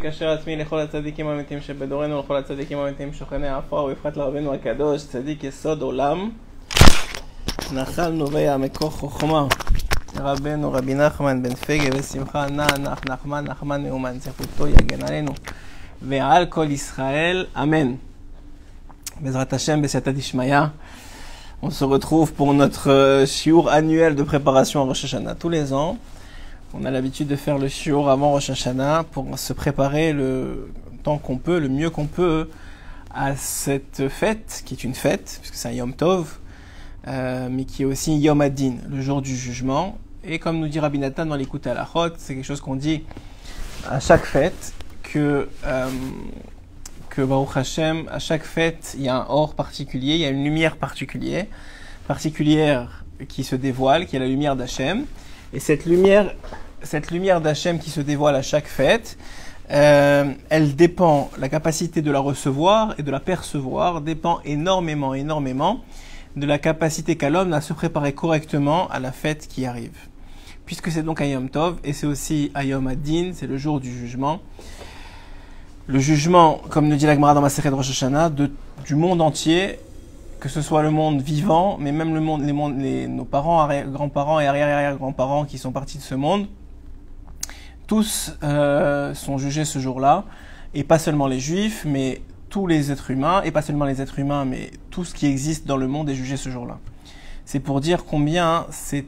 מתקשר עצמי לכל הצדיקים האמיתיים שבדורנו ולכל הצדיקים האמיתיים שוכני העפר ובפרט לרבנו הקדוש צדיק יסוד עולם נחל נובע מקור חוכמה רבנו רבי נחמן בן פגה ושמחה נח נחמן נחמן מאומן זכותו יגן עלינו ועל כל ישראל אמן. Bezrat Hashem, B'siyata Dishmaya, on se retrouve pour notre shiur annuel de préparation à Rosh Hashanah. Tous les ans, on a l'habitude de faire le shiur avant Rosh Hashanah pour se préparer le temps qu'on peut, le mieux qu'on peut, à cette fête, qui est une fête, puisque c'est un Yom Tov, mais qui est aussi Yom Adin, le jour du jugement. Et comme nous dit Rabbi Nathan dans l'Écoute à la Chot, c'est quelque chose qu'on dit à chaque fête, que Baruch Hashem, à chaque fête, il y a un or particulier, il y a une lumière particulière qui se dévoile, qui est la lumière d'Hashem. Et cette lumière d'Hashem qui se dévoile à chaque fête, elle dépend, la capacité de la recevoir et de la percevoir dépend énormément de la capacité qu'a l'homme à se préparer correctement à la fête qui arrive. Puisque c'est donc un Yom Tov, et c'est aussi un Yom Adin, c'est le jour du jugement. Le jugement, comme nous dit la Gemara dans Masechet Rosh Hashanah, du monde entier, que ce soit le monde vivant, mais même le monde, nos parents, grands-parents et arrière-grands-parents qui sont partis de ce monde, tous sont jugés ce jour-là, et pas seulement les Juifs, mais tous les êtres humains, et pas seulement les êtres humains, mais tout ce qui existe dans le monde est jugé ce jour-là. C'est pour dire combien c'est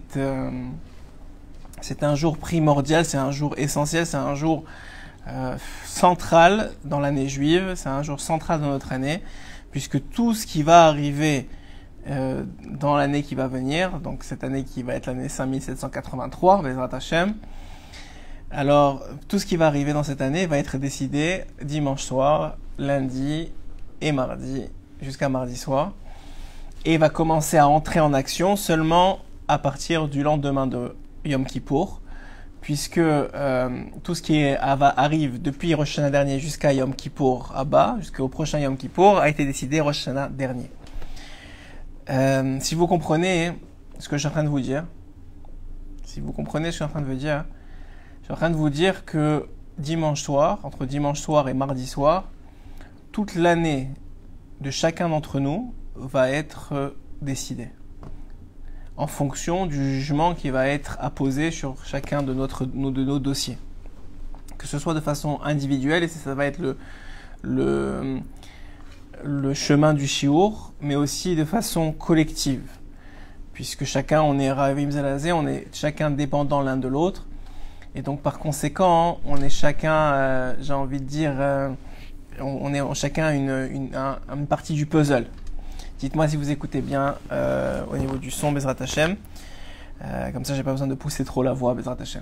un jour primordial, c'est un jour essentiel, c'est un jour central dans l'année juive, c'est un jour central dans notre année, puisque tout ce qui va arriver dans l'année qui va venir, donc cette année qui va être l'année 5783, Bezrat Hashem, alors tout ce qui va arriver dans cette année va être décidé dimanche soir, lundi et mardi, jusqu'à mardi soir, et va commencer à entrer en action seulement à partir du lendemain de Yom Kippour, puisque tout ce qui arrive depuis Rosh Hashanah dernier jusqu'à Yom Kippour Abba, jusqu'au prochain Yom Kippour, a été décidé Rosh Hashanah dernier. Si vous comprenez ce que je suis en train de vous dire, je suis en train de vous dire que dimanche soir, entre dimanche soir et mardi soir, toute l'année de chacun d'entre nous va être décidée en fonction du jugement qui va être apposé sur chacun de nos dossiers. Que ce soit de façon individuelle, et ça va être le chemin du shiur, mais aussi de façon collective. Puisque chacun, on est Ravim Zalazé, on est chacun dépendant l'un de l'autre. Et donc par conséquent, on est chacun, j'ai envie de dire, on est chacun une partie du puzzle. Dites-moi si vous écoutez bien au niveau du son, Bezrat Hashem. Comme ça, j'ai pas besoin de pousser trop la voix, Bezrat Hashem.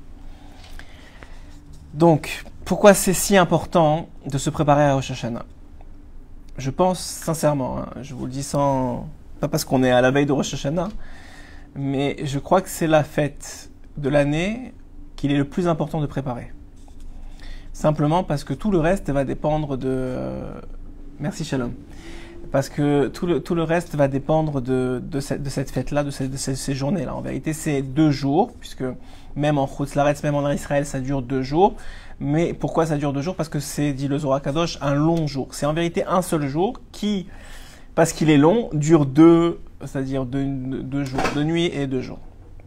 Donc, pourquoi c'est si important de se préparer à Rosh Hashanah? Je pense sincèrement, je vous le dis pas parce qu'on est à la veille de Rosh Hashanah, mais je crois que c'est la fête de l'année qu'il est le plus important de préparer. Simplement parce que tout le reste va dépendre de... Merci Shalom. Parce que tout le reste va dépendre de cette fête-là, de ces journées-là. En vérité, c'est 2 jours, puisque même en Chutz La'aretz, même en Israël, ça dure 2 jours. Mais pourquoi ça dure 2 jours? Parce que c'est, dit le Zohar Kadosh, un long jour. C'est en vérité un seul jour qui, parce qu'il est long, dure 2 jours, 2 nuits et 2 jours.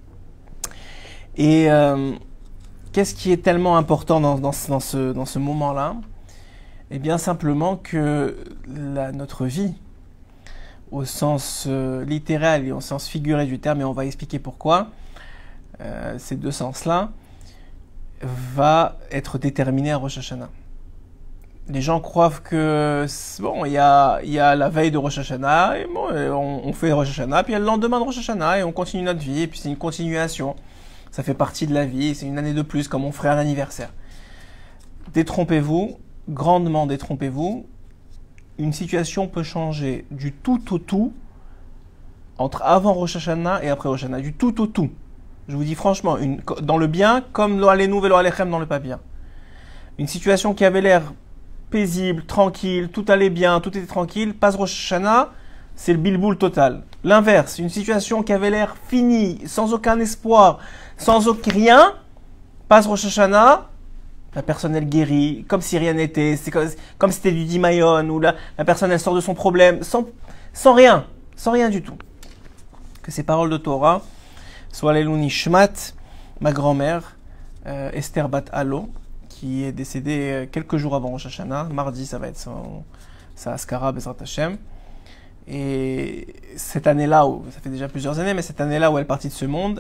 Et qu'est-ce qui est tellement important dans ce moment-là? Eh bien simplement que notre vie, au sens littéral et au sens figuré du terme, et on va expliquer pourquoi, ces 2 sens-là, va être déterminée à Rosh Hashanah. Les gens croient que, bon, il y a la veille de Rosh Hashanah, et bon, on fait Rosh Hashanah, puis il y a le lendemain de Rosh Hashanah, et on continue notre vie, et puis c'est une continuation. Ça fait partie de la vie, c'est une année de plus, comme on ferait un anniversaire. Détrompez-vous. Grandement détrompez-vous, une situation peut changer du tout au tout entre avant Rosh Hashanah et après Rosh Hashanah, du tout au tout. Je vous dis franchement, dans le bien comme lo alenu velo alechem dans le pas bien. Une situation qui avait l'air paisible, tranquille, tout allait bien, tout était tranquille, passe Rosh Hashanah, c'est le bilboul total. L'inverse, une situation qui avait l'air finie, sans aucun espoir, sans aucun rien, passe Rosh Hashanah, la personne elle guérit, comme si rien n'était, c'est comme si c'était du Dimayon, ou la personne elle sort de son problème, sans rien du tout. Que ces paroles de Torah soient les Nishmat, ma grand-mère, Esther Bat Allo, qui est décédée quelques jours avant Rosh Hashanah. Mardi, ça va être sa Askara Bezrat Hashem. Et cette année-là, ça fait déjà plusieurs années, mais cette année-là où elle est partie de ce monde,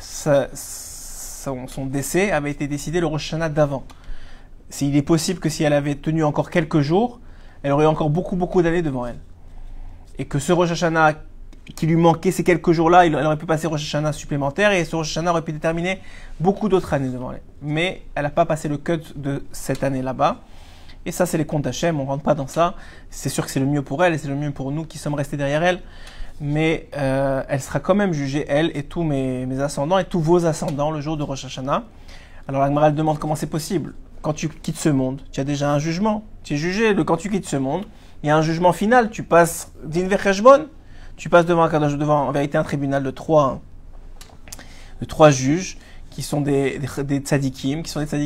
son décès avait été décidé le Rosh Hashanah d'avant. Il est possible que si elle avait tenu encore quelques jours, elle aurait encore beaucoup d'années devant elle. Et que ce Rosh Hashanah qui lui manquait ces quelques jours-là, elle aurait pu passer Rosh Hashanah supplémentaire et ce Rosh Hashanah aurait pu déterminer beaucoup d'autres années devant elle. Mais elle n'a pas passé le cut de cette année là-bas. Et ça, c'est les comptes Hachem, on ne rentre pas dans ça. C'est sûr que c'est le mieux pour elle et c'est le mieux pour nous qui sommes restés derrière elle. Mais elle sera quand même jugée, elle et tous mes ascendants et tous vos ascendants le jour de Rosh Hashanah. Alors la Gemara elle demande comment c'est possible. Quand tu quittes ce monde, tu as déjà un jugement. Tu es jugé quand tu quittes ce monde. Il y a un jugement final. Tu passes din vecheshbon. Tu passes devant en vérité un tribunal de trois juges qui sont des tzadikim,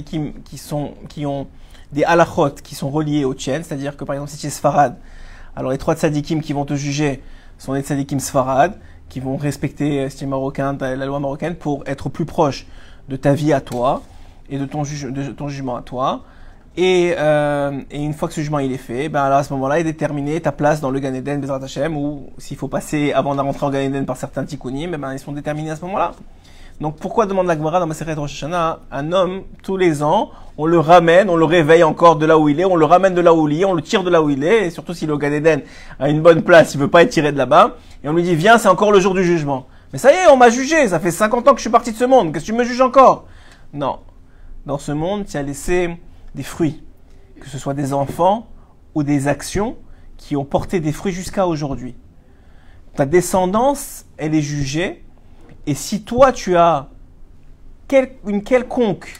qui ont des halachot qui sont reliés au tchen, c'est-à-dire que par exemple si tu es sfarad, alors les trois tzadikim qui vont te juger sont des tzadikim sfarad, qui vont respecter, si tu es marocain, la loi marocaine pour être plus proche de ta vie à toi et de ton jugement à toi. Et une fois que ce jugement il est fait, ben alors à ce moment-là, il est déterminé ta place dans le Gan Eden Bezrat Hashem, ou s'il faut passer avant de rentrer en Gan Eden par certains tikkunim, ben ils sont déterminés à ce moment-là. Donc pourquoi demande la Gemara dans Masechet Rosh Hashanah, un homme tous les ans, on le ramène, on le réveille encore de là où il est, on le ramène de là où il est, on le tire de là où il est, et surtout s'il est au Gan Eden à une bonne place, il veut pas être tiré de là-bas, et on lui dit viens, c'est encore le jour du jugement. Mais ça y est, on m'a jugé, ça fait 50 ans que je suis parti de ce monde, qu'est-ce que tu me juges encore? Non, dans ce monde, tu as laissé des fruits, que ce soit des enfants ou des actions qui ont porté des fruits jusqu'à aujourd'hui. Ta descendance, elle est jugée, et si toi tu as une quelconque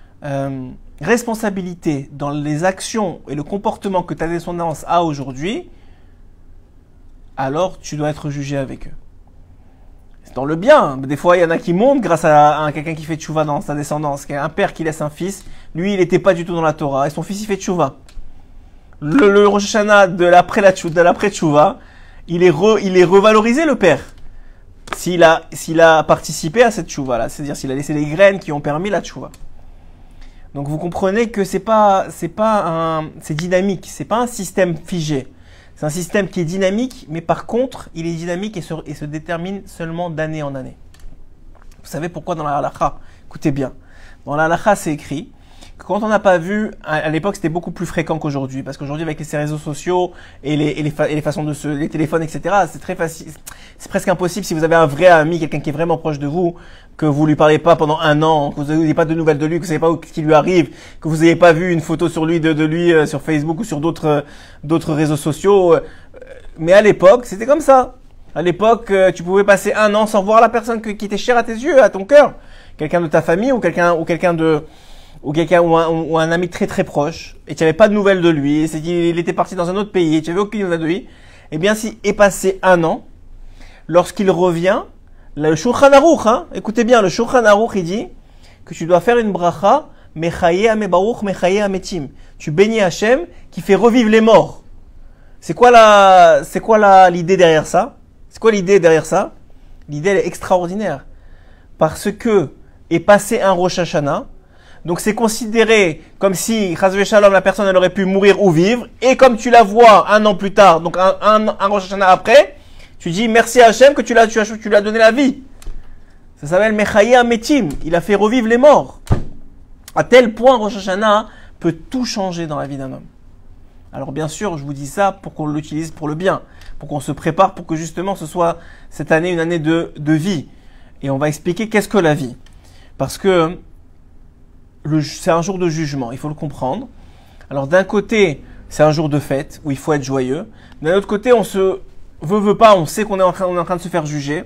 responsabilité dans les actions et le comportement que ta descendance a aujourd'hui, alors tu dois être jugé avec eux. C'est dans le bien. Des fois, il y en a qui montent grâce à quelqu'un qui fait tchouva dans sa descendance. Un père qui laisse un fils, lui, il n'était pas du tout dans la Torah, et son fils, il fait tchouva. Le Rosh Hashanah de l'après tchouva, il est revalorisé, le père. S'il a participé à cette tchouva-là, c'est-à-dire s'il a laissé les graines qui ont permis la tchouva. Donc vous comprenez que c'est dynamique, c'est pas un système figé. C'est un système qui est dynamique, mais par contre, il est dynamique et se détermine seulement d'année en année. Vous savez pourquoi dans la halakha? Écoutez bien. Dans la halakha, c'est écrit que quand on n'a pas vu, à l'époque, c'était beaucoup plus fréquent qu'aujourd'hui, parce qu'aujourd'hui, avec les réseaux sociaux et les façons les téléphones, etc., c'est très facile. C'est presque impossible si vous avez un vrai ami, quelqu'un qui est vraiment proche de vous, que vous lui parlez pas pendant un an, que vous n'avez pas de nouvelles de lui, que vous savez pas ce qui lui arrive, que vous n'ayez pas vu une photo sur lui, de lui sur Facebook ou sur d'autres réseaux sociaux. Mais à l'époque, c'était comme ça. À l'époque, tu pouvais passer un an sans voir la personne qui était chère à tes yeux, à ton cœur. Quelqu'un de ta famille ou ou un ami très très proche, et tu n'avais pas de nouvelles de lui, et c'est qu'il était parti dans un autre pays, et tu n'avais aucune nouvelle de lui. Eh bien, s'il est passé un an, lorsqu'il revient, le Shulchan Aruch, écoutez bien, le Shulchan Aruch, il dit que tu dois faire une bracha, mechaye amebaruch, mechaye ametim. Tu bénis Hachem qui fait revivre les morts. C'est quoi l'idée derrière ça? C'est quoi l'idée derrière ça? L'idée, elle est extraordinaire. Parce que est passé un Rosh Hashanah, donc c'est considéré comme si, chas v'shalom, la personne elle aurait pu mourir ou vivre, et comme tu la vois un an plus tard, donc un Rosh Hashanah après, tu dis merci à Hachem que tu lui as donné la vie. Ça s'appelle Mechaye Ametim, il a fait revivre les morts. À tel point, Rosh Hashanah peut tout changer dans la vie d'un homme. Alors bien sûr, je vous dis ça pour qu'on l'utilise pour le bien, pour qu'on se prépare pour que justement ce soit cette année une année de vie. Et on va expliquer qu'est-ce que la vie. Parce que c'est un jour de jugement, il faut le comprendre. Alors d'un côté, c'est un jour de fête où il faut être joyeux. D'un autre côté, on se veut pas, on sait qu'on est en train de se faire juger.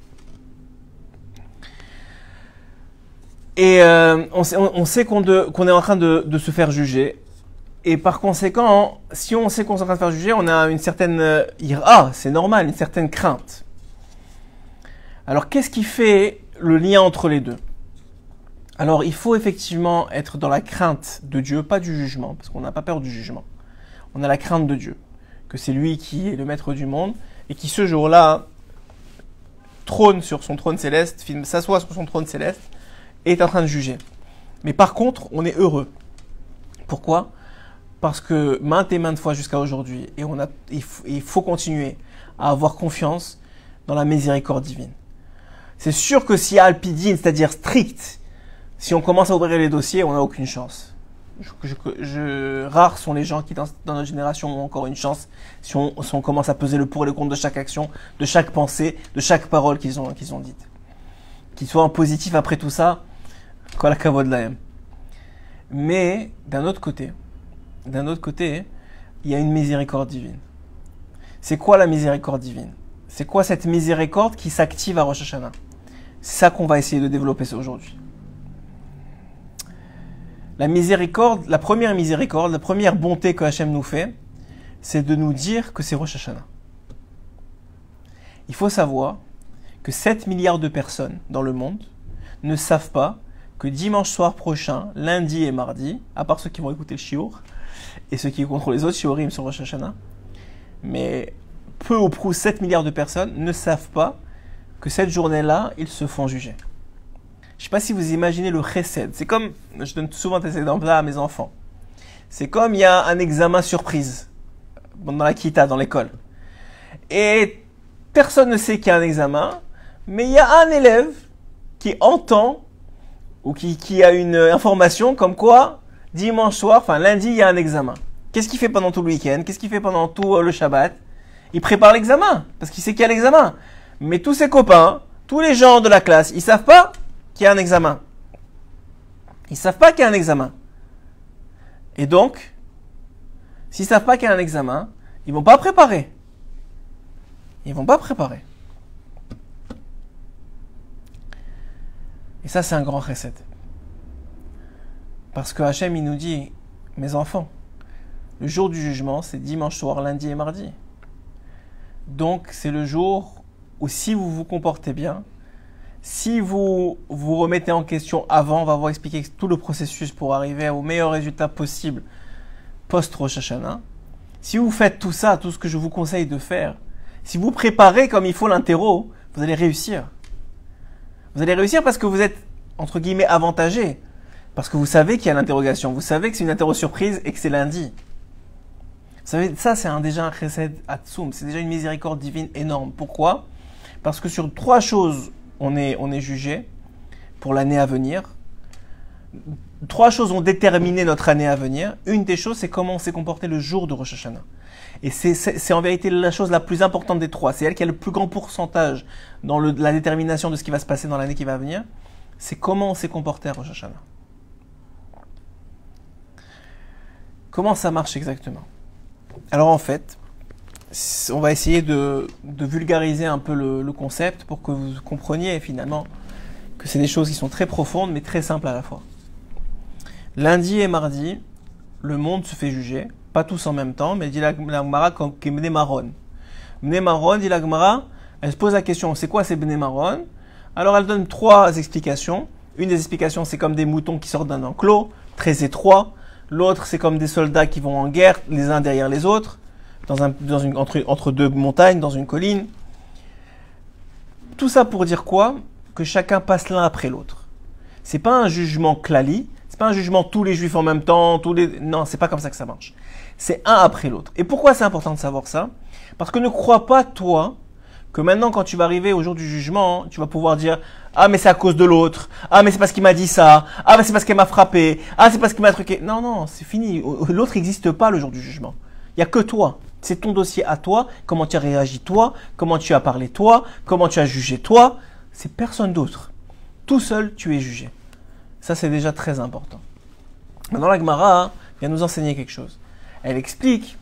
Et on sait qu'on est en train de se faire juger. Et par conséquent, si on sait qu'on est en train de se faire juger, on a une certaine ira, c'est normal, une certaine crainte. Alors qu'est-ce qui fait le lien entre les deux? Alors, il faut effectivement être dans la crainte de Dieu, pas du jugement, parce qu'on n'a pas peur du jugement. On a la crainte de Dieu, que c'est lui qui est le maître du monde, et qui ce jour-là trône sur son trône céleste, s'assoit sur son trône céleste, et est en train de juger. Mais par contre, on est heureux. Pourquoi ? Parce que maintes et maintes fois jusqu'à aujourd'hui, et il faut continuer à avoir confiance dans la miséricorde divine. C'est sûr que s'il y a alpidine, c'est-à-dire strict, si on commence à ouvrir les dossiers, on n'a aucune chance. Rares sont les gens qui, dans notre génération, ont encore une chance si on commence à peser le pour et le contre de chaque action, de chaque pensée, de chaque parole qu'ils ont dite. Qu'ils soient en positif après tout ça, kol hakavod lahem. Mais, d'un autre côté, il y a une miséricorde divine. C'est quoi la miséricorde divine ? C'est quoi cette miséricorde qui s'active à Rosh Hashanah ? C'est ça qu'on va essayer de développer aujourd'hui. La première bonté que Hachem nous fait, c'est de nous dire que c'est Rosh Hashanah. Il faut savoir que 7 milliards de personnes dans le monde ne savent pas que dimanche soir prochain, lundi et mardi, à part ceux qui vont écouter le shiur, et ceux qui contrôlent les autres shiurim sur Rosh Hashanah, mais peu ou prou 7 milliards de personnes ne savent pas que cette journée-là, ils se font juger. Je ne sais pas si vous imaginez le chesed. C'est comme, je donne souvent cet exemple-là à mes enfants. C'est comme il y a un examen surprise dans la kita, dans l'école. Et personne ne sait qu'il y a un examen, mais il y a un élève qui entend ou qui a une information comme quoi dimanche soir, enfin lundi, il y a un examen. Qu'est-ce qu'il fait pendant tout le week-end? Qu'est-ce qu'il fait pendant tout le Shabbat? Il prépare l'examen, parce qu'il sait qu'il y a l'examen. Mais tous ses copains, tous les gens de la classe, ils savent pas qu'il y a un examen. Ils savent pas qu'il y a un examen. Et donc, s'ils savent pas qu'il y a un examen, ils vont pas préparer. Ils vont pas préparer. Et ça, c'est un grand recette. Parce que Hachem, il nous dit, mes enfants, le jour du jugement, c'est dimanche soir, lundi et mardi. Donc, c'est le jour où si vous vous comportez bien, si vous vous remettez en question avant, on va vous expliquer tout le processus pour arriver au meilleur résultat possible post-Rosh Hashanah. Si vous faites tout ça, tout ce que je vous conseille de faire, si vous préparez comme il faut l'interro, vous allez réussir. Vous allez réussir parce que vous êtes, entre guillemets, avantagé. Parce que vous savez qu'il y a l'interrogation. Vous savez que c'est une interro surprise et que c'est lundi. Vous savez, ça, c'est déjà un chesed atzum. C'est déjà une miséricorde divine énorme. Pourquoi ? Parce que sur 3 choses, on est jugé pour l'année à venir. 3 choses ont déterminé notre année à venir. Une des choses, c'est comment on s'est comporté le jour de Rosh Hashanah. Et c'est en vérité la chose la plus importante des 3. C'est elle qui a le plus grand pourcentage dans la détermination de ce qui va se passer dans l'année qui va venir. C'est comment on s'est comporté à Rosh Hashanah. Comment ça marche exactement ? Alors en fait, on va essayer de vulgariser un peu le concept pour que vous compreniez finalement que c'est des choses qui sont très profondes mais très simples à la fois. Lundi et mardi, le monde se fait juger, pas tous en même temps, mais dit la Gemara comme Bnei Maron. Bnei Maron, dit la Gemara, elle se pose la question, c'est quoi ces Bnei Maron ? Alors elle donne 3 explications. Une des explications, c'est comme des moutons qui sortent d'un enclos, très étroit. L'autre, c'est comme des soldats qui vont en guerre, les uns derrière les autres, entre 2 montagnes, dans une colline. Tout ça pour dire quoi ? Que chacun passe l'un après l'autre. C'est pas un jugement klali, c'est pas un jugement tous les juifs en même temps, non, c'est pas comme ça que ça marche. C'est un après l'autre. Et pourquoi c'est important de savoir ça ? Parce que ne crois pas, toi, que maintenant, quand tu vas arriver au jour du jugement, tu vas pouvoir dire « Ah, mais c'est à cause de l'autre. Ah, mais c'est parce qu'il m'a dit ça. Ah, mais c'est parce qu'elle m'a frappé. Ah, c'est parce qu'il m'a truqué. » Non, c'est fini. L'autre n'existe pas le jour du jugement. Il n'y a que toi. C'est ton dossier à toi. Comment tu as réagi toi. Comment tu as parlé toi. Comment tu as jugé toi. C'est personne d'autre. Tout seul, tu es jugé. Ça, c'est déjà très important. Maintenant, la Gemara vient nous enseigner quelque chose. Elle explique,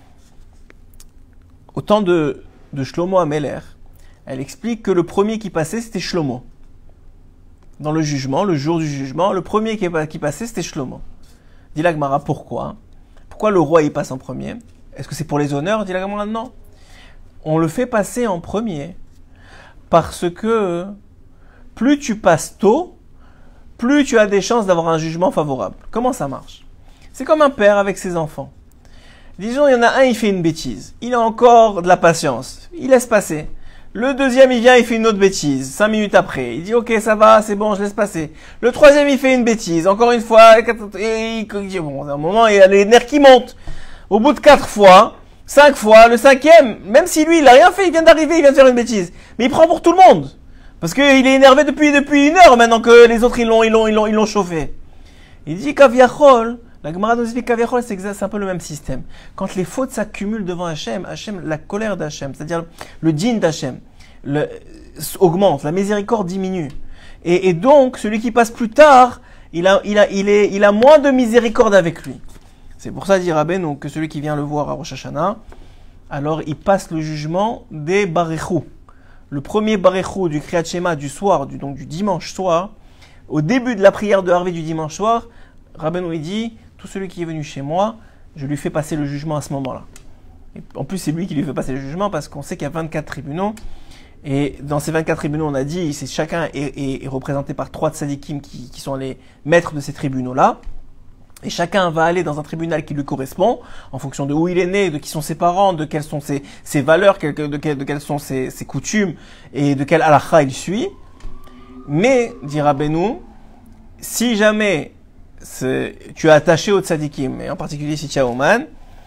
au temps de Shlomo Améler, elle explique que le premier qui passait, c'était Shlomo. Dans le jugement, le jour du jugement, le premier qui passait, c'était Shlomo. Dit la Gemara, pourquoi ? Pourquoi le roi, il passe en premier ? Est-ce que c'est pour les honneurs ? Dit la Gemara, non. On le fait passer en premier parce que plus tu passes tôt, plus tu as des chances d'avoir un jugement favorable. Comment ça marche? C'est comme un père avec ses enfants. Disons, il y en a un, il fait une bêtise. Il a encore de la patience. Il laisse passer. Le deuxième, il vient, il fait une autre bêtise. 5 minutes après. Il dit, ok, ça va, c'est bon, je laisse passer. Le troisième, il fait une bêtise. Encore une fois. Et il dit, bon, à un moment, il y a les nerfs qui montent. Au bout de 4 fois, 5 fois, le cinquième, même si lui, il a rien fait, il vient d'arriver, il vient de faire une bêtise. Mais il prend pour tout le monde. Parce qu'il est énervé depuis 1 heure maintenant que les autres, ils l'ont chauffé. Il dit, Kaviachol. La Gemara nous dit qu'Aviachol, c'est un peu le même système. Quand les fautes s'accumulent devant Hachem, la colère d'Hachem, c'est-à-dire le djinn d'Hachem, augmente, la miséricorde diminue. Et donc, celui qui passe plus tard, il a moins de miséricorde avec lui. C'est pour ça, dit Rabbeinu, que celui qui vient le voir à Rosh Hashanah, alors il passe le jugement des Barechou. Le premier Barechou du Kriyat Shema du soir, donc du dimanche soir, au début de la prière de Harvey du dimanche soir, Rabbeinu il dit, tout celui qui est venu chez moi, je lui fais passer le jugement à ce moment-là. Et en plus, c'est lui qui lui fait passer le jugement parce qu'on sait qu'il y a 24 tribunaux. Et dans ces 24 tribunaux, on a dit, chacun est représenté par 3 tzadikim qui sont les maîtres de ces tribunaux-là. Et chacun va aller dans un tribunal qui lui correspond, en fonction de où il est né, de qui sont ses parents, de quelles sont ses valeurs, de quelles sont ses coutumes, et de quel halakha il suit. Mais, dit Rabbeinu, si jamais tu es attaché au tzadikim, et en particulier si tu es Ouman,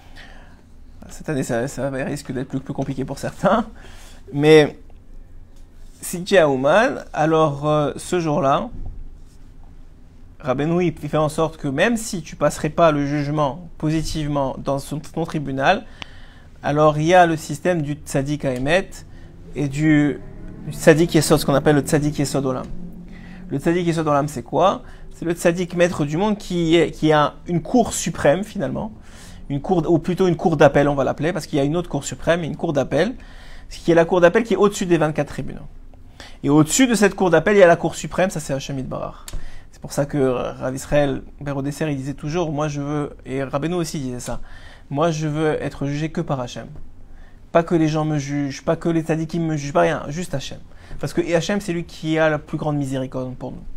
cette année ça risque d'être plus compliqué pour certains, mais si tu es Ouman, alors ce jour-là, Rabbeinu il fait en sorte que même si tu passerais pas le jugement positivement dans ton tribunal, alors il y a le système du tzadik Haemet et du tzadik Yesod, ce qu'on appelle le tzadik Yesod Olam. Le tzadik Yesod Olam, c'est quoi? C'est le tzaddik maître du monde qui a une cour suprême finalement, ou plutôt une cour d'appel, on va l'appeler, parce qu'il y a une autre cour suprême et une cour d'appel, ce qui est la cour d'appel qui est au-dessus des 24 tribunaux. Et au-dessus de cette cour d'appel, il y a la cour suprême, ça c'est Hachem Yitbarach. C'est pour ça que Rav Israël Berodesser, il disait toujours, moi je veux, et Rabbeinu aussi disait ça, moi je veux être jugé que par Hachem. Pas que les gens me jugent, pas que les tzadikim me jugent, pas rien, juste Hachem. Parce que Hachem, c'est lui qui a la plus grande miséricorde pour nous.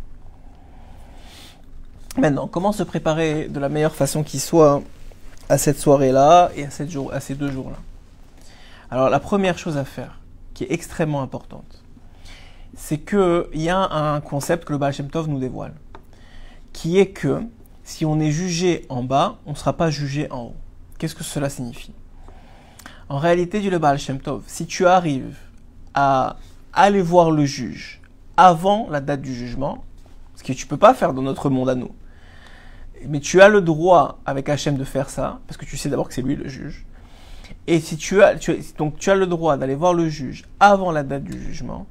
Maintenant, comment se préparer de la meilleure façon qui soit à cette soirée-là et à ces 2 jours-là? Alors, la première chose à faire, qui est extrêmement importante, c'est qu'il y a un concept que le Baal Shem Tov nous dévoile, qui est que si on est jugé en bas, on ne sera pas jugé en haut. Qu'est-ce que cela signifie? En réalité, dit le Baal Shem Tov, si tu arrives à aller voir le juge avant la date du jugement, ce que tu ne peux pas faire dans notre monde à nous, mais tu as le droit avec Hachem de faire ça, parce que tu sais d'abord que c'est lui le juge. Et si donc tu as le droit d'aller voir le juge avant la date du jugement,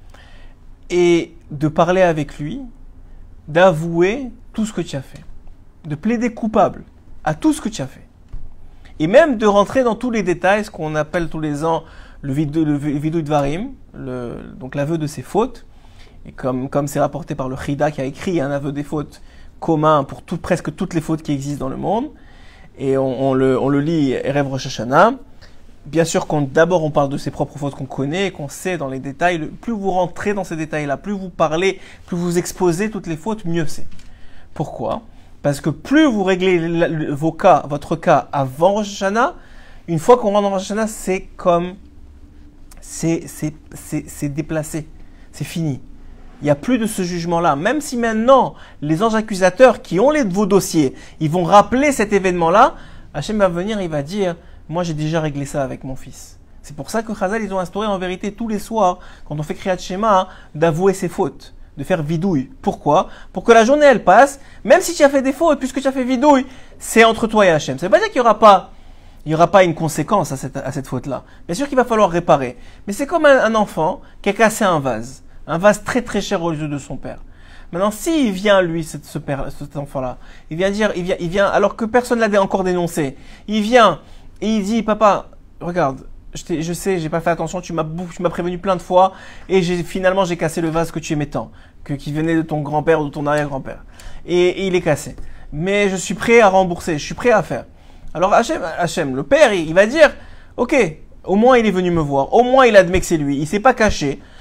et de parler avec lui, d'avouer tout ce que tu as fait, de plaider coupable à tout ce que tu as fait. Et même de rentrer dans tous les détails, ce qu'on appelle tous les ans le vidouï dvarim, donc l'aveu de ses fautes. Et comme c'est rapporté par le Chida qui a écrit un aveu des fautes commun pour presque toutes les fautes qui existent dans le monde. Et on le lit Erev Rosh Hashanah. Bien sûr d'abord on parle de ses propres fautes qu'on connaît et qu'on sait dans les détails. Plus vous rentrez dans ces détails-là, plus vous parlez, plus vous exposez toutes les fautes, mieux c'est. Pourquoi? Parce que plus vous réglez votre cas avant Rosh Hashanah, une fois qu'on rentre dans Rosh Hashanah, c'est comme c'est déplacé, c'est fini. Il n'y a plus de ce jugement-là. Même si maintenant, les anges accusateurs qui ont vos dossiers, ils vont rappeler cet événement-là, Hachem va venir, il va dire, moi j'ai déjà réglé ça avec mon fils. C'est pour ça que Chazal, ils ont instauré en vérité tous les soirs, quand on fait Kriyat Shema, d'avouer ses fautes, de faire vidouille. Pourquoi? Pour que la journée elle passe, même si tu as fait des fautes, puisque tu as fait vidouille, c'est entre toi et Hachem. Ça ne veut pas dire qu'il n'y aura pas une conséquence à cette faute-là. Bien sûr qu'il va falloir réparer. Mais c'est comme un enfant qui a cassé un vase très très cher aux yeux de son père. Maintenant, s'il vient, lui, cet enfant-là, il vient, alors que personne ne l'a encore dénoncé, il vient et il dit, papa, regarde, je sais, j'ai pas fait attention, tu m'as prévenu plein de fois, et finalement j'ai cassé le vase que tu aimais tant, qui venait de ton grand-père ou de ton arrière-grand-père. Et il est cassé. Mais je suis prêt à rembourser, je suis prêt à faire. Alors Hachem, le père, il va dire, ok, au moins il est venu me voir, au moins il admet que c'est lui, il s'est pas caché.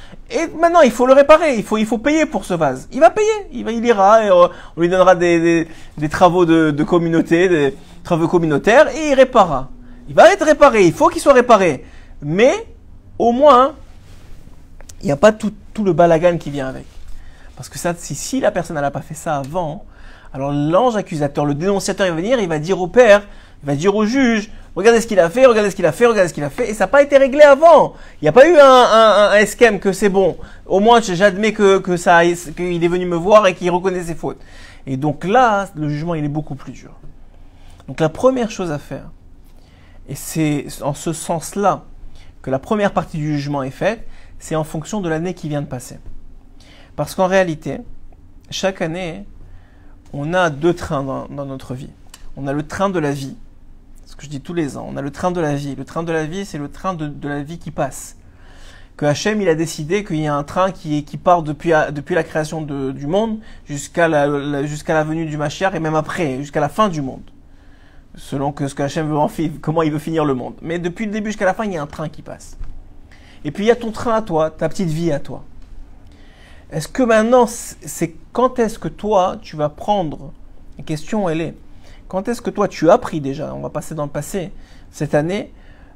Et maintenant, il faut le réparer, il faut payer pour ce vase. Il va payer, il ira, et on lui donnera des travaux de communauté, des travaux communautaires, et il réparera. Il va être réparé, il faut qu'il soit réparé. Mais, au moins, il n'y a pas tout le balagan qui vient avec. Parce que ça, si la personne n'a pas fait ça avant, alors l'ange accusateur, le dénonciateur, il va venir, il va dire au père, il va dire au juge, regardez ce qu'il a fait, regardez ce qu'il a fait, regardez ce qu'il a fait, et ça n'a pas été réglé avant. Il n'y a pas eu un esquème que c'est bon. Au moins, j'admets qu'il est venu me voir et qu'il reconnaît ses fautes. Et donc là, le jugement, il est beaucoup plus dur. Donc la première chose à faire, et c'est en ce sens-là que la première partie du jugement est faite, c'est en fonction de l'année qui vient de passer. Parce qu'en réalité, chaque année, on a deux trains dans notre vie. On a le train de la vie, ce que je dis tous les ans, on a le train de la vie. Le train de la vie, c'est le train de la vie qui passe. Que Hachem, il a décidé qu'il y a un train qui part depuis la création du monde jusqu'à la venue du Mashiach et même après, jusqu'à la fin du monde. Selon ce que Hachem veut comment il veut finir le monde. Mais depuis le début jusqu'à la fin, il y a un train qui passe. Et puis il y a ton train à toi, ta petite vie à toi. Est-ce que maintenant, quand est-ce que toi, tu vas prendre, la question elle est, quand est-ce que toi, tu as pris déjà, on va passer dans le passé, cette année,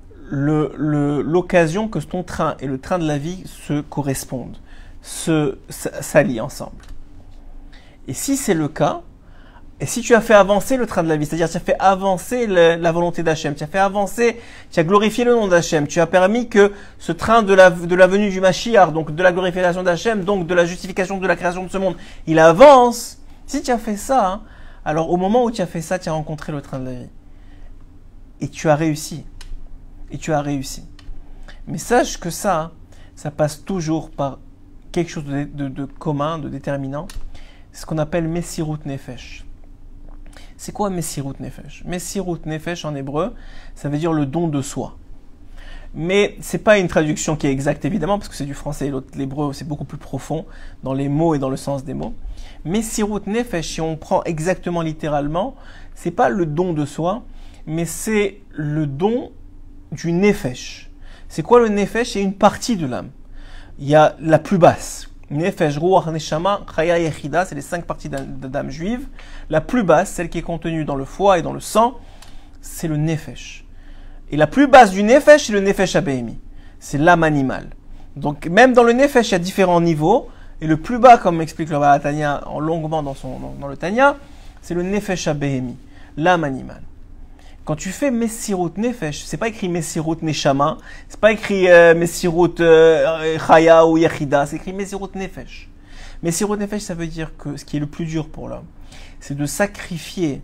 l'occasion que ton train et le train de la vie se correspondent, s'allient ensemble. Et si c'est le cas, et si tu as fait avancer le train de la vie, c'est-à-dire tu as fait avancer la volonté d'Hachem, tu as fait avancer, tu as glorifié le nom d'Hachem, tu as permis que ce train de la venue du Mashiach, donc de la glorification d'Hachem, donc de la justification de la création de ce monde, il avance. Si tu as fait ça, hein, alors au moment où tu as fait ça, tu as rencontré le train de la vie. Et tu as réussi. Et tu as réussi. Mais sache que ça passe toujours par quelque chose de commun, de déterminant. C'est ce qu'on appelle Messirut Nefesh. C'est quoi Messirut Nefesh? Messirut Nefesh en hébreu, ça veut dire le don de soi. Mais c'est pas une traduction qui est exacte évidemment, parce que c'est du français et l'hébreu c'est beaucoup plus profond dans les mots et dans le sens des mots. Messirut Nefesh, si on prend exactement littéralement, c'est pas le don de soi, mais c'est le don du Nefesh. C'est quoi le Nefesh? C'est une partie de l'âme. Il y a la plus basse. Nefesh, Ruach, Neshama, Chaya, Yechida, c'est les 5 parties d'âme juive. La plus basse, celle qui est contenue dans le foie et dans le sang, c'est le Nefesh. Et la plus basse du Nefesh, c'est le Nefesh Abéhimi. C'est l'âme animale. Donc même dans le Nefesh, il y a différents niveaux. Et le plus bas, comme explique le Baal Tanya en longuement dans le Tanya, c'est le Nefesh Abéhimi, l'âme animale. Quand tu fais Messirut Nefesh, c'est pas écrit Messirut Neshama, c'est pas écrit Messirut Chaya ou Yechida, c'est écrit Messirut Nefesh. Messirut Nefesh, ça veut dire que ce qui est le plus dur pour l'homme, c'est de sacrifier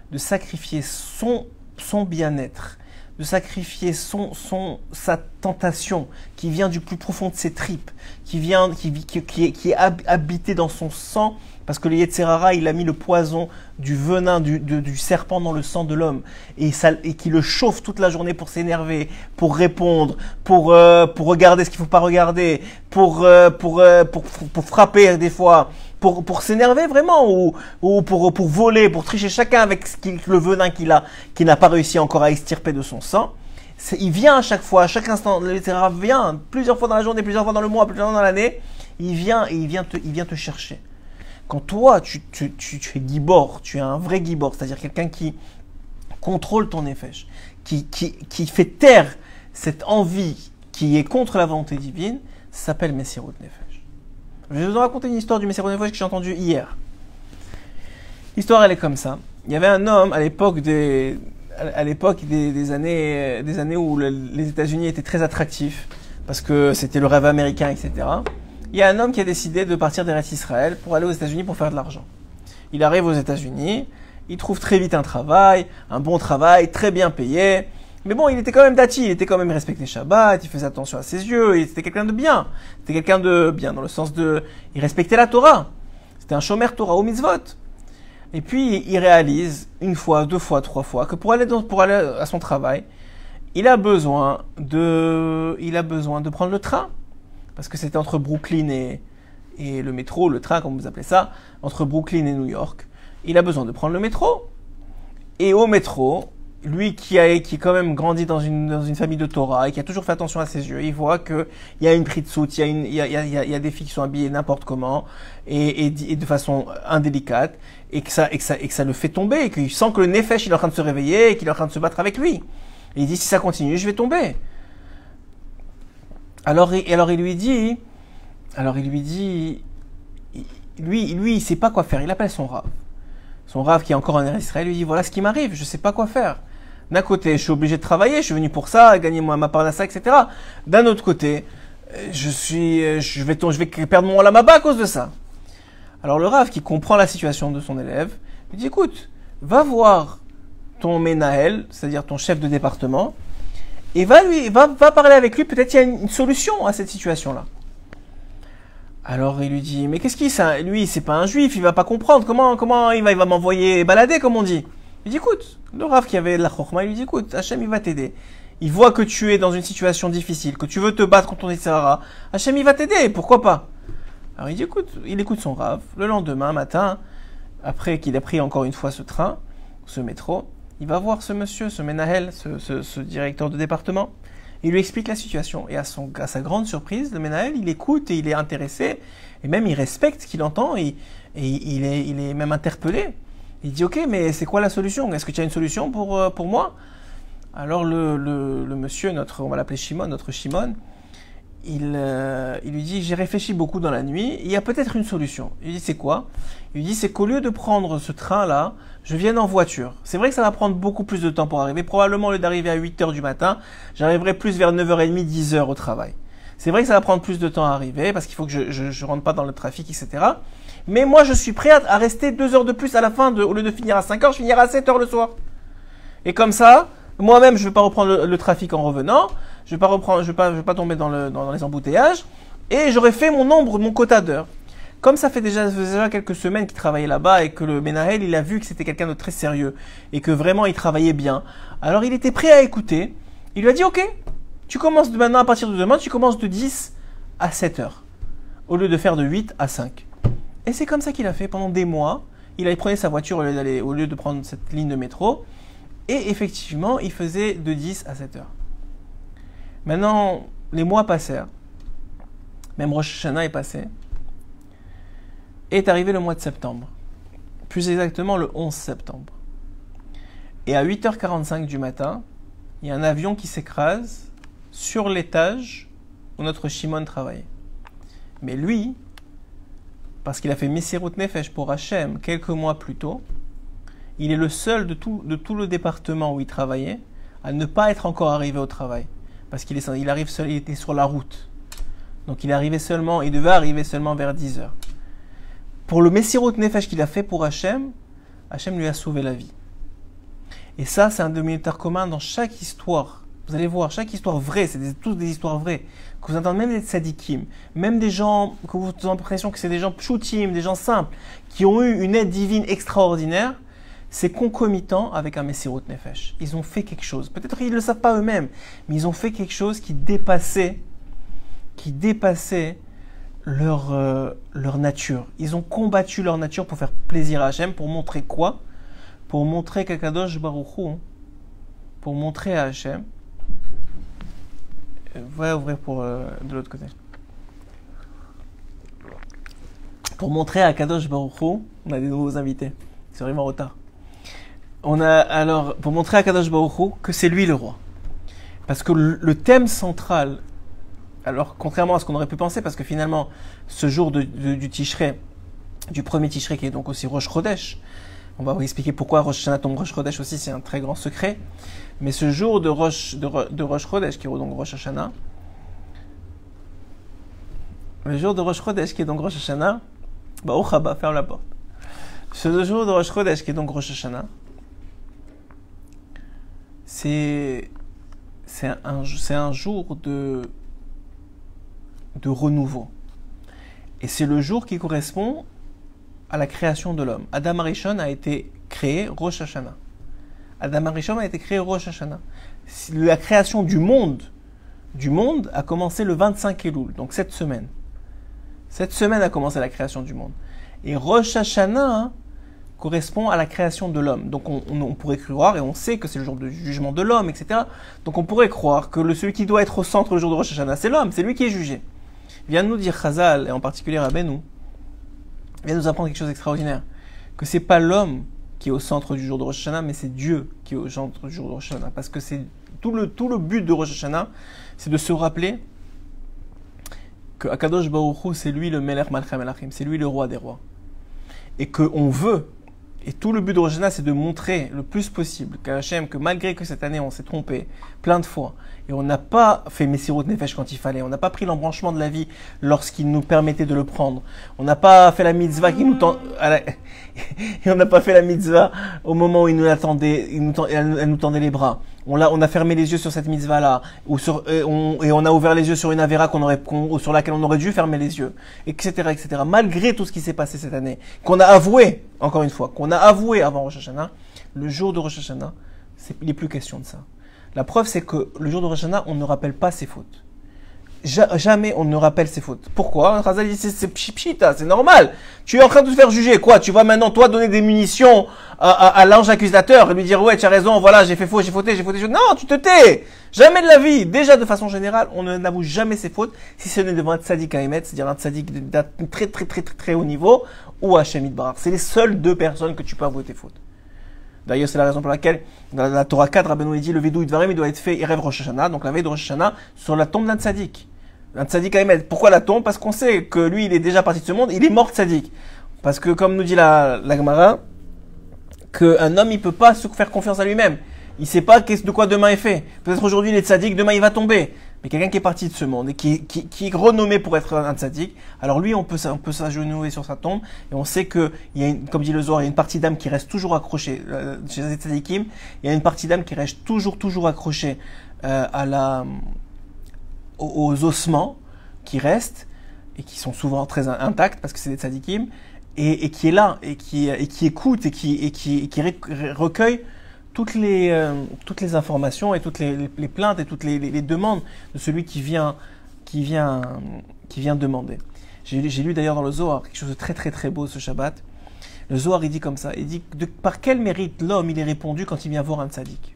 son bien-être, de sacrifier sa tentation qui vient du plus profond de ses tripes, qui est habité dans son sang, parce que le Yetzerara, il a mis le poison du venin du serpent dans le sang de l'homme, et qui le chauffe toute la journée pour s'énerver, pour répondre, pour regarder ce qu'il ne faut pas regarder, pour frapper des fois, pour s'énerver vraiment, ou pour voler, pour tricher, chacun avec le venin qu'il n'a pas réussi encore à extirper de son sang. Il vient à chaque fois, à chaque instant, le Yetzerara vient plusieurs fois dans la journée, plusieurs fois dans le mois, plusieurs fois dans l'année, il vient te chercher. Quand toi, tu es gibor, tu es un vrai gibor, c'est-à-dire quelqu'un qui contrôle ton nefesh, qui fait taire cette envie qui est contre la volonté divine, ça s'appelle Messirut Nefesh. Je vais vous raconter une histoire du Messirut Nefesh que j'ai entendue hier. L'histoire, elle est comme ça. Il y avait un homme à l'époque des années où les États-Unis étaient très attractifs, parce que c'était le rêve américain, etc. Il y a un homme qui a décidé de partir d'Eretz Israël pour aller aux États-Unis pour faire de l'argent. Il arrive aux États-Unis, il trouve très vite un bon travail, très bien payé. Mais bon, il était quand même dati, il était quand même respecté Shabbat, il faisait attention à ses yeux, c'était quelqu'un de bien. C'était quelqu'un de bien dans le sens il respectait la Torah. C'était un shomer Torah au mitzvot. Et puis, il réalise une fois, 2 fois, 3 fois que pour aller à son travail, il a besoin de prendre le train. Parce que c'était entre Brooklyn et le métro, le train, comme vous appelez ça, entre Brooklyn et New York. Il a besoin de prendre le métro. Et au métro, lui qui est quand même grandi dans une famille de Torah et qui a toujours fait attention à ses yeux, il voit que il y a une pritzout, il y a des filles qui sont habillées n'importe comment et de façon indélicate et que ça le fait tomber et qu'il sent que le nefesh il est en train de se réveiller et qu'il est en train de se battre avec lui. Et il dit si ça continue, je vais tomber. Alors il lui dit, lui il sait pas quoi faire. Il appelle son Rav. Son Rav qui est encore en Israël lui dit voilà ce qui m'arrive, je sais pas quoi faire. D'un côté, je suis obligé de travailler, je suis venu pour ça, gagner ma parnassa, etc. D'un autre côté, je vais perdre mon olam à cause de ça. Alors le Rav qui comprend la situation de son élève, lui dit écoute, va voir ton Menaël, c'est-à-dire ton chef de département, et va parler avec lui, peut-être il y a une solution à cette situation-là. Alors il lui dit mais qu'est-ce qu'il ça lui c'est pas un juif, il va pas comprendre comment il va m'envoyer balader comme on dit. Il dit écoute, le Rav qui avait la chokma, il lui dit écoute, Hachem il va t'aider. Il voit que tu es dans une situation difficile, que tu veux te battre contre ton Yitzhara. Hachem il va t'aider, pourquoi pas? Alors il dit écoute, il écoute son Rav. Le lendemain matin, après qu'il a pris encore une fois ce train, ce métro, il va voir ce monsieur, ce Menahel, ce directeur de département. Il lui explique la situation et à sa grande surprise, le Menahel il écoute et il est intéressé et même il respecte ce qu'il entend et il est même interpellé. Il dit ok mais c'est quoi la solution? Est-ce que tu as une solution pour moi? Alors le monsieur, on va l'appeler Shimon, notre Shimon, il lui dit j'ai réfléchi beaucoup dans la nuit, il y a peut-être une solution. Il lui dit c'est quoi? Il lui dit c'est qu'au lieu de prendre ce train là, je vienne en voiture. C'est vrai que ça va prendre beaucoup plus de temps pour arriver, probablement au lieu d'arriver à 8h du matin, j'arriverai plus vers 9h30, 10h au travail. C'est vrai que ça va prendre plus de temps à arriver parce qu'il faut que je rentre pas dans le trafic, etc. Mais moi, je suis prêt à rester 2 heures de plus à la fin, au lieu de finir à 5h, je finirai à 7h le soir. Et comme ça, moi-même, je ne vais pas reprendre le trafic en revenant, je vais pas tomber dans les embouteillages, et j'aurai fait mon quota d'heures. Comme ça faisait déjà quelques semaines qu'il travaillait là-bas et que le Menahel, il a vu que c'était quelqu'un de très sérieux et que vraiment il travaillait bien. Alors il était prêt à écouter. Il lui a dit ok, tu commences maintenant à partir de demain, tu commences de 10 à 7 heures au lieu de faire de 8 à 5. Et c'est comme ça qu'il a fait pendant des mois. Il prenait sa voiture au lieu de prendre cette ligne de métro. Et effectivement, il faisait de 10 à 7 heures. Maintenant, les mois passèrent. Même Rosh Hashanah est passé. Et est arrivé le mois de septembre. Plus exactement le 11 septembre. Et à 8h45 du matin, il y a un avion qui s'écrase sur l'étage où notre Shimon travaillait. Mais lui, parce qu'il a fait Messirut Nefesh pour Hachem quelques mois plus tôt, il est le seul de tout le département où il travaillait à ne pas être encore arrivé au travail. Parce qu'il arrive seul, il était sur la route. Donc il devait arriver seulement vers 10h. Pour le Messirut Nefesh qu'il a fait pour Hachem, Hachem lui a sauvé la vie. Et ça, c'est un dénominateur commun dans chaque histoire. Vous allez voir, chaque histoire vraie, c'est toutes des histoires vraies. Que vous entendez même des tzadikim, même des gens que vous avez l'impression que c'est des gens pshutim, des gens simples, qui ont eu une aide divine extraordinaire, c'est concomitant avec un Messirut Nefesh. Ils ont fait quelque chose. Peut-être qu'ils ne le savent pas eux-mêmes, mais ils ont fait quelque chose qui dépassait leur nature. Ils ont combattu leur nature pour faire plaisir à Hachem, pour montrer quoi? Pour montrer qu'Akadosh Baruch Hu, pour montrer à Hachem. Va ouvrir de l'autre côté. Pour montrer à Kadosh Baruch Hu, on a des nouveaux invités. C'est vraiment en retard. Pour montrer à Kadosh Baruch Hu que c'est lui le roi. Parce que le thème central, alors contrairement à ce qu'on aurait pu penser, parce que finalement, ce jour du Tishrei, du premier Tishrei qui est donc aussi Rosh Chodesh, on va vous expliquer pourquoi Rosh Hashanah tombe Rosh Chodesh aussi, c'est un très grand secret. Mais ce jour de Rosh Chodesh, qui est donc Rosh Hashanah, le jour de Rosh Chodesh, qui est donc Rosh Hashanah, ferme la porte. Ce jour de Rosh Chodesh, qui est donc Rosh Hashanah, c'est un jour de renouveau. Et c'est le jour qui correspond à la création de l'homme. Adam Arishon a été créé Rosh Hashanah. Adam Arishon a été créé Rosh Hashanah. La création du monde a commencé le 25 Elul, donc cette semaine. Cette semaine a commencé la création du monde. Et Rosh Hashanah correspond à la création de l'homme. Donc on pourrait croire, et on sait que c'est le jour de jugement de l'homme, etc. Donc on pourrait croire que celui qui doit être au centre le jour de Rosh Hashanah, c'est l'homme, c'est lui qui est jugé. Vient nous dire Chazal, et en particulier Rabbeinu, vient nous apprendre quelque chose d'extraordinaire. Que c'est pas l'homme qui est au centre du jour de Rosh Hashanah, mais c'est Dieu qui est au centre du jour de Rosh Hashanah. Parce que c'est tout le but de Rosh Hashanah, c'est de se rappeler que Akadosh Baruch Hu, c'est lui le Melech Malchei Melachim, c'est lui le roi des rois. Et qu'on veut, et tout le but de Rosh Hashanah, c'est de montrer le plus possible que malgré que cette année on s'est trompé plein de fois, et on n'a pas fait Messirut Nefesh quand il fallait, on n'a pas pris l'embranchement de la vie lorsqu'il nous permettait de le prendre, on n'a pas fait la mitzvah qui nous et on n'a pas fait la mitzvah au moment où il nous attendait, elle nous tendait les bras. On a fermé les yeux sur cette mitzvah-là, et on a ouvert les yeux sur une avéra sur laquelle on aurait dû fermer les yeux, etc., etc. Malgré tout ce qui s'est passé cette année, qu'on a avoué, encore une fois, qu'on a avoué avant Rosh Hashanah, le jour de Rosh Hashanah, il n'est plus question de ça. La preuve, c'est que le jour de Rosh Hashanah, on ne rappelle pas ses fautes. Jamais on ne rappelle ses fautes. Pourquoi? Chazal dit c'est pchita, c'est normal. Tu es en train de te faire juger, quoi? Tu vas maintenant, toi, donner des munitions à l'ange accusateur et lui dire, ouais, tu as raison, voilà, j'ai fait faux, j'ai fauté. Non, tu te tais! Jamais de la vie. Déjà, de façon générale, on n'avoue jamais ses fautes, si ce n'est devant un tzaddik à émettre, c'est-à-dire un tzaddik d'un très haut niveau, ou Hashem Yitbarach. C'est les seules deux personnes que tu peux avouer tes fautes. D'ailleurs, c'est la raison pour laquelle, dans la Torah 4, Rabbeinu dit, le Vidou Idvarim, il doit être fait Erev Rosh Hashanah, donc la veille de Rosh Hashanah, sur la tombe d'un tzaddik. Un tzaddik à émettre. Pourquoi la tombe? Parce qu'on sait que lui, il est déjà parti de ce monde, il est mort tzaddik. Parce que, comme nous dit la Gemara, qu'un homme, il peut pas se faire confiance à lui-même. Il sait pas de quoi demain est fait. Peut-être aujourd'hui, il est tzaddik, demain, il va tomber. Mais quelqu'un qui est parti de ce monde et qui est renommé pour être un tzaddik, alors lui, on peut s'agenouiller sur sa tombe et on sait que, comme dit le Zohar, il y a une partie d'âme qui reste toujours accrochée. Chez les tzaddikim, il y a une partie d'âme qui reste toujours accrochée aux ossements qui restent et qui sont souvent très intacts parce que c'est des tzaddikim et qui est là et qui écoute et qui recueille toutes les informations et toutes les plaintes et toutes les demandes de celui qui vient demander. J'ai lu d'ailleurs dans le Zohar quelque chose de très beau ce Shabbat. Le Zohar il dit comme ça, il dit par quel mérite l'homme il est répondu quand il vient voir un tzaddik.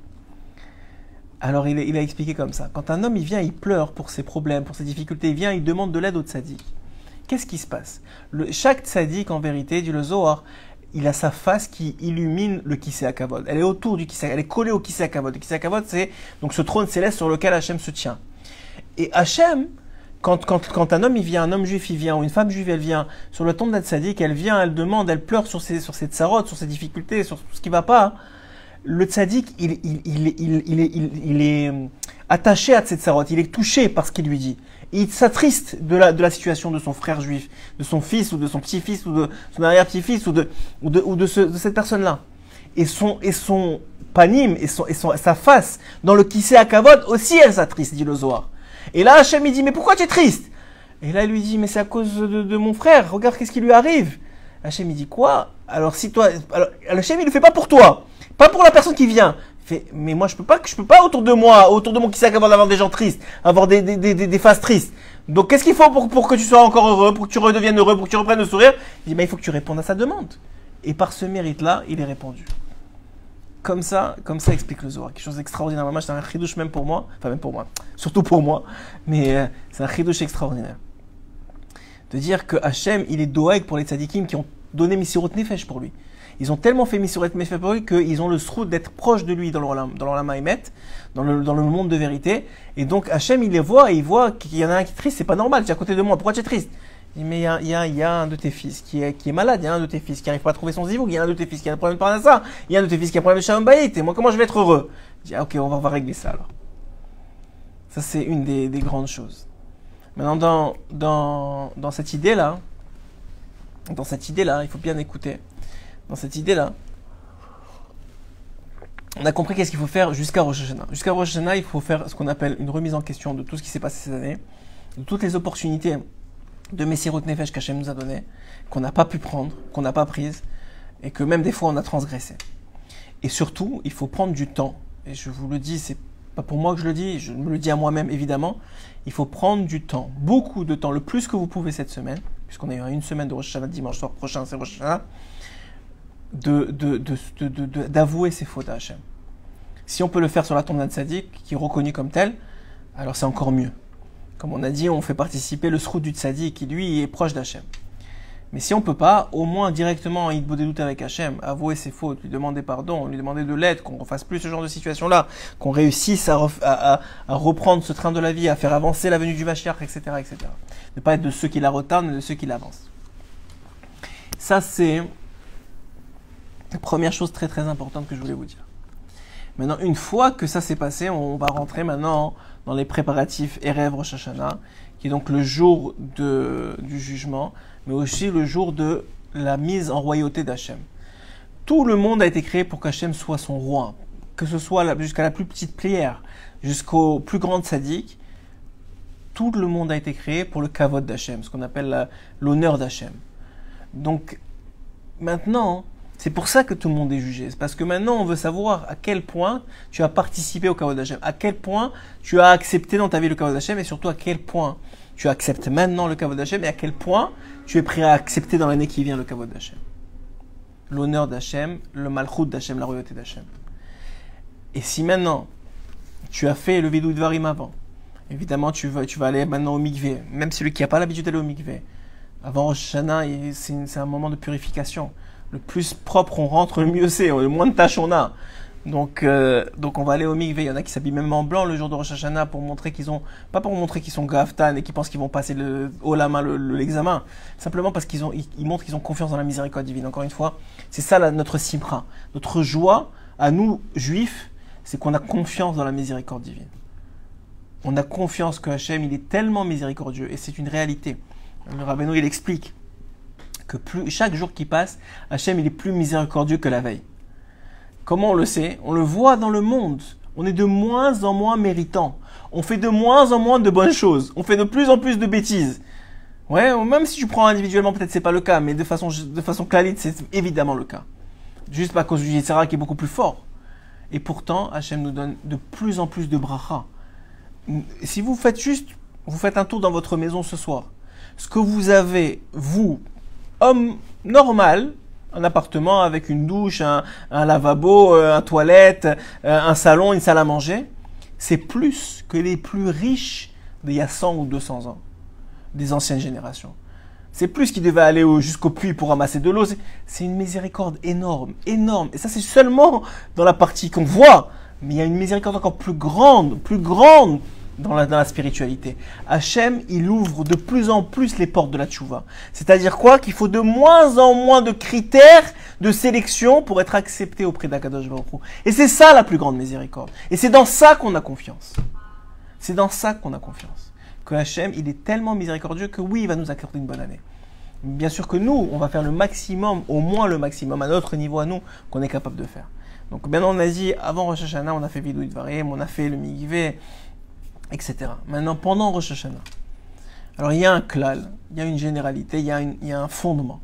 Alors il a expliqué comme ça, quand un homme il vient, il pleure pour ses problèmes, pour ses difficultés, il vient, il demande de l'aide au tzaddik. Qu'est-ce qui se passe? Chaque tzaddik en vérité, dit le Zohar, il a sa face qui illumine le Kisei HaKavod. Elle est autour du Kisei, elle est collée au Kisei HaKavod. Le Kisei HaKavod, c'est donc ce trône céleste sur lequel Hachem se tient. Et Hachem, quand un homme il vient, un homme juif il vient, ou une femme juive elle vient, sur le tombe d'un tzaddik, elle vient, elle demande, elle pleure sur ses tsarotes, sur ses difficultés, sur tout ce qui va pas. Le tzaddik, il est attaché à cette tsarote, il est touché par ce qu'il lui dit. Il s'attriste de la situation de son frère juif, de son fils ou de son petit-fils ou de son arrière-petit-fils ou de cette personne-là. Et son panim et sa face dans le Kisei HaKavod aussi elle s'attriste, dit le Zohar. Et là Hachem il dit mais pourquoi tu es triste? Et là il lui dit mais c'est à cause de mon frère, regarde qu'est-ce qui lui arrive. Hachem il dit quoi? Alors Hachem il le fait pas pour toi, pas pour la personne qui vient. Fait, mais moi je peux pas autour de mon Kisei HaKavod avoir des gens tristes, avoir des faces tristes. Donc qu'est-ce qu'il faut pour que tu sois encore heureux, pour que tu redeviennes heureux, pour que tu reprennes le sourire? Il dit il faut que tu répondes à sa demande. Et par ce mérite-là, il est répondu. Comme ça explique le Zohar. Quelque chose d'extraordinaire. C'est un chidouche même pour moi, enfin même pour moi, surtout pour moi, mais c'est un chidouche extraordinaire. De dire que Hachem, il est doeg pour les tzadikim qui ont donné Messirut Nefesh pour lui. Ils ont tellement fait Messirut Nefesh pour lui qu'ils ont le srout d'être proches de lui dans l'Olam Haemet, dans le monde de vérité. Et donc Hachem, il les voit et il voit qu'il y en a un qui est triste. C'est pas normal, tu es à côté de moi. Pourquoi tu es triste? Il dit, mais il y a un de tes fils qui est malade, il y a un de tes fils qui n'arrive pas à trouver son zivouk, il y a un de tes fils qui a un problème de parnassa, il y a un de tes fils qui a un problème de shalom bayit, et moi comment je vais être heureux? Il dit, ok, on va régler ça alors. Ça c'est une des grandes choses. Maintenant dans cette idée-là, il faut bien écouter. Dans cette idée-là, on a compris qu'est-ce qu'il faut faire jusqu'à Rosh Hashanah. Jusqu'à Rosh Hashanah, il faut faire ce qu'on appelle une remise en question de tout ce qui s'est passé ces années, de toutes les opportunités de Messirut Nefesh qu'Hachem nous a donné, qu'on n'a pas pu prendre, qu'on n'a pas prise, et que même des fois on a transgressé. Et surtout, il faut prendre du temps, et je vous le dis, c'est pas pour moi que je le dis, je me le dis à moi-même évidemment, il faut prendre du temps, beaucoup de temps, le plus que vous pouvez cette semaine, puisqu'on a eu une semaine de Rosh Hashanah, dimanche soir prochain c'est Rosh Hashanah, d'avouer ses fautes à Hachem. Si on peut le faire sur la tombe d'un tzaddik, qui est reconnu comme tel, alors c'est encore mieux. Comme on a dit, on fait participer le srout du tzaddik, qui lui est proche d'Hachem. Mais si on peut pas, au moins directement en hitbodedut avec Hachem, avouer ses fautes, lui demander pardon, lui demander de l'aide, qu'on ne refasse plus ce genre de situation-là, qu'on réussisse à reprendre ce train de la vie, à faire avancer la venue du Mashiach, etc., etc. Ne pas être de ceux qui la retardent, mais de ceux qui l'avancent. Ça, c'est la première chose très très importante que je voulais vous dire. Maintenant, une fois que ça s'est passé, on va rentrer maintenant dans les préparatifs Erev Rosh Hashanah, qui est donc le jour du jugement, mais aussi le jour de la mise en royauté d'Hachem. Tout le monde a été créé pour qu'Hachem soit son roi, que ce soit jusqu'à la plus petite prière, jusqu'au plus grand tzaddik. Tout le monde a été créé pour le kavod d'Hachem, ce qu'on appelle l'honneur d'Hachem. Donc, maintenant, c'est pour ça que tout le monde est jugé. C'est parce que maintenant, on veut savoir à quel point tu as participé au kavod d'Hachem, à quel point tu as accepté dans ta vie le kavod d'Hachem, et surtout à quel point tu acceptes maintenant le kavod d'Hachem, et à quel point tu es prêt à accepter dans l'année qui vient le kavod d'Hachem. L'honneur d'Hachem, le malchut d'Hachem, la royauté d'Hachem. Et si maintenant, tu as fait le vidou dvarim avant, évidemment, tu vas aller maintenant au mikvé, même celui qui n'a pas l'habitude d'aller au mikvé. Avant Rosh Hashanah, c'est un moment de purification. Le plus propre on rentre, le mieux c'est, le moins de tâches on a. Donc on va aller au mikvé. Il y en a qui s'habillent même en blanc le jour de Rosh Hashanah pour montrer qu'ils ont, pas pour montrer qu'ils sont gaftan et qu'ils pensent qu'ils vont passer haut la main l'examen, simplement parce qu'ils montrent qu'ils ont confiance dans la miséricorde divine. Encore une fois, c'est ça notre simra. Notre joie, à nous juifs, c'est qu'on a confiance dans la miséricorde divine. On a confiance que Hachem, il est tellement miséricordieux, et c'est une réalité. Le Rabbeinu, il explique que chaque jour qui passe, Hachem, il est plus miséricordieux que la veille. Comment on le sait? On le voit dans le monde. On est de moins en moins méritant. On fait de moins en moins de bonnes choses. On fait de plus en plus de bêtises. Ouais, même si tu prends individuellement, peut-être c'est pas le cas, mais de façon clalite, c'est évidemment le cas. Juste à cause du Yetzirah qui est beaucoup plus fort. Et pourtant, Hachem nous donne de plus en plus de bracha. Si vous faites un tour dans votre maison ce soir, ce que vous avez, vous, homme normal, un appartement avec une douche, un lavabo, une toilette, un salon, une salle à manger, c'est plus que les plus riches d'il y a 100 ou 200 ans, des anciennes générations. C'est plus qu'ils devaient aller jusqu'au puits pour ramasser de l'eau. C'est une miséricorde énorme, énorme. Et ça, c'est seulement dans la partie qu'on voit. Mais il y a une miséricorde encore plus grande dans la spiritualité. Hachem, il ouvre de plus en plus les portes de la tchouva. C'est-à-dire quoi? Qu'il faut de moins en moins de critères de sélection pour être accepté auprès d'Akadosh Baruch Hu. Et c'est ça la plus grande miséricorde. Et c'est dans ça qu'on a confiance. C'est dans ça qu'on a confiance. Que Hachem, il est tellement miséricordieux que oui, il va nous accorder une bonne année. Bien sûr que nous, on va faire le maximum, au moins le maximum, à notre niveau à nous, qu'on est capable de faire. Donc maintenant, on a dit, avant Rosh Hashanah, on a fait Vidou Dvarim, on a fait le Mikvé, etc. Maintenant, pendant Rosh Hashanah, alors il y a un klal, il y a une généralité, il y a un fondement.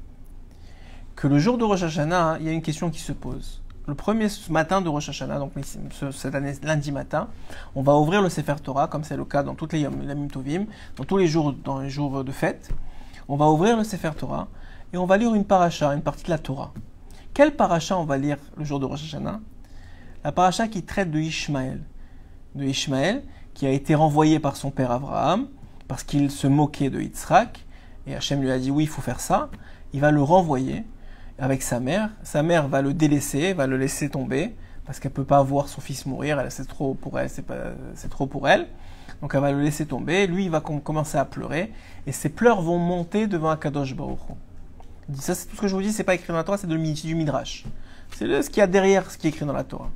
Que le jour de Rosh Hashanah, il y a une question qui se pose. Le premier matin de Rosh Hashanah, donc cette année, lundi matin, on va ouvrir le Sefer Torah, comme c'est le cas dans toutes les Yamim Tovim, dans les jours de fête. On va ouvrir le Sefer Torah et on va lire une paracha, une partie de la Torah. Quelle paracha on va lire le jour de Rosh Hashanah? La paracha qui traite de Ishmaël. De Ishmaël, qui a été renvoyé par son père Abraham, parce qu'il se moquait de Yitzhak, et Hachem lui a dit oui, il faut faire ça. Il va le renvoyer avec sa mère. Sa mère va le délaisser, va le laisser tomber, parce qu'elle ne peut pas voir son fils mourir, c'est trop pour elle, c'est trop pour elle. Donc elle va le laisser tomber, lui il va commencer à pleurer, et ses pleurs vont monter devant Akadosh Baruch Hu. Ça, c'est tout ce que je vous dis, c'est pas écrit dans la Torah, c'est du Midrash. C'est ce qu'il y a derrière ce qui est écrit dans la Torah.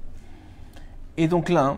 Et donc là,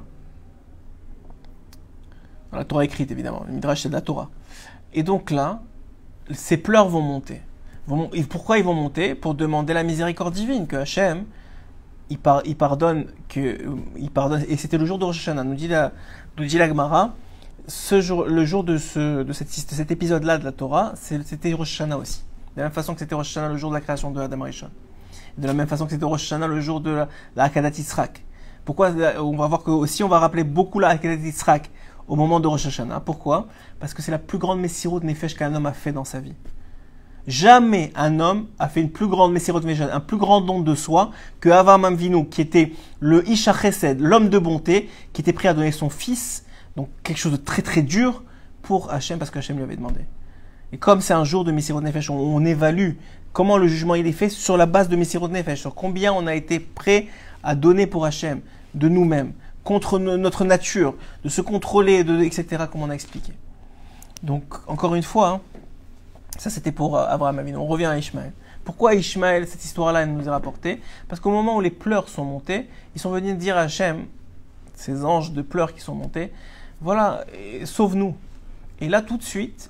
dans la Torah écrite évidemment, le Midrash c'est de la Torah. Et donc là, ses pleurs vont monter. Et pourquoi ils vont monter? Pour demander la miséricorde divine, que Hachem, il pardonne, et c'était le jour de Rosh Hashanah, nous dit la Gemara, le jour de cet épisode-là de la Torah, c'était Rosh Hashanah aussi. De la même façon que c'était Rosh Hashanah le jour de la création de Adam Rishon. De la même façon que c'était Rosh Hashanah le jour de la Hakadat Yitzhak. Pourquoi? On va voir que aussi on va rappeler beaucoup la Hakadat Yitzhak au moment de Rosh Hashanah. Pourquoi? Parce que c'est la plus grande messirut nefesh qu'un homme a fait dans sa vie. Jamais un homme a fait une plus grande Messirot Meshan, un plus grand don de soi que Avraham Avinu, qui était le Isha Chesed, l'homme de bonté, qui était prêt à donner son fils, donc quelque chose de très très dur pour Hachem, parce que Hachem lui avait demandé. Et comme c'est un jour de Messirot Nefesh, on évalue comment le jugement il est fait sur la base de Messirot Nefesh, sur combien on a été prêt à donner pour Hachem, de nous-mêmes, contre notre nature, de se contrôler, etc., comme on a expliqué. Donc, encore une fois, hein, ça c'était pour Abraham Avinu. On revient à Ishmaël. Pourquoi Ishmaël, cette histoire-là, elle nous est rapportée? Parce qu'au moment où les pleurs sont montés, ils sont venus dire à Hachem, ces anges de pleurs qui sont montés, voilà, sauve-nous. Et là, tout de suite,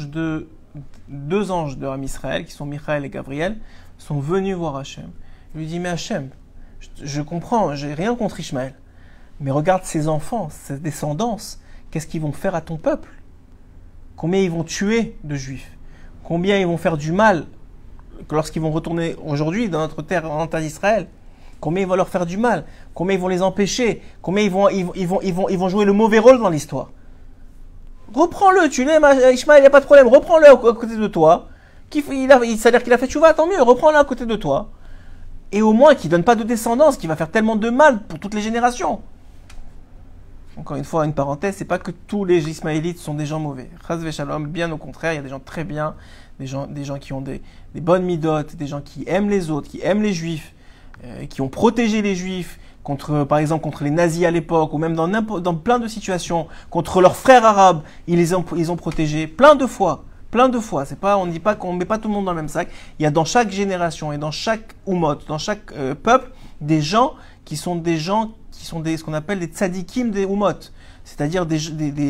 deux anges de Ham Israël, qui sont Michaël et Gabriel, sont venus voir Hachem. Il lui dit, mais Hachem, je comprends, j'ai rien contre Ishmaël. Mais regarde ces enfants, cette descendance, qu'est-ce qu'ils vont faire à ton peuple? Combien ils vont tuer de juifs? Combien ils vont faire du mal lorsqu'ils vont retourner aujourd'hui dans notre terre, en terre d'Israël? Combien ils vont leur faire du mal? Combien ils vont les empêcher? Combien ils vont jouer le mauvais rôle dans l'histoire? Reprends-le, tu l'aimes, Ishmaël, il n'y a pas de problème, reprends-le à côté de toi. C'est-à-dire qu'il a fait tchouva, tant mieux, reprends-le à côté de toi. Et au moins qu'il ne donne pas de descendance, qui va faire tellement de mal pour toutes les générations. Encore une fois, une parenthèse, c'est pas que tous les Ismaélites sont des gens mauvais. Chas v'shalom, bien au contraire, il y a des gens très bien, des gens qui ont des bonnes midotes, des gens qui aiment les autres, qui aiment les juifs, qui ont protégé les juifs par exemple, contre les nazis à l'époque, ou même dans plein de situations, contre leurs frères arabes, ils ont protégé plein de fois. On ne dit pas qu'on ne met pas tout le monde dans le même sac. Il y a dans chaque génération et dans chaque umot, dans chaque peuple, des gens qui sont ce qu'on appelle des tzadikim des umot, c'est-à-dire des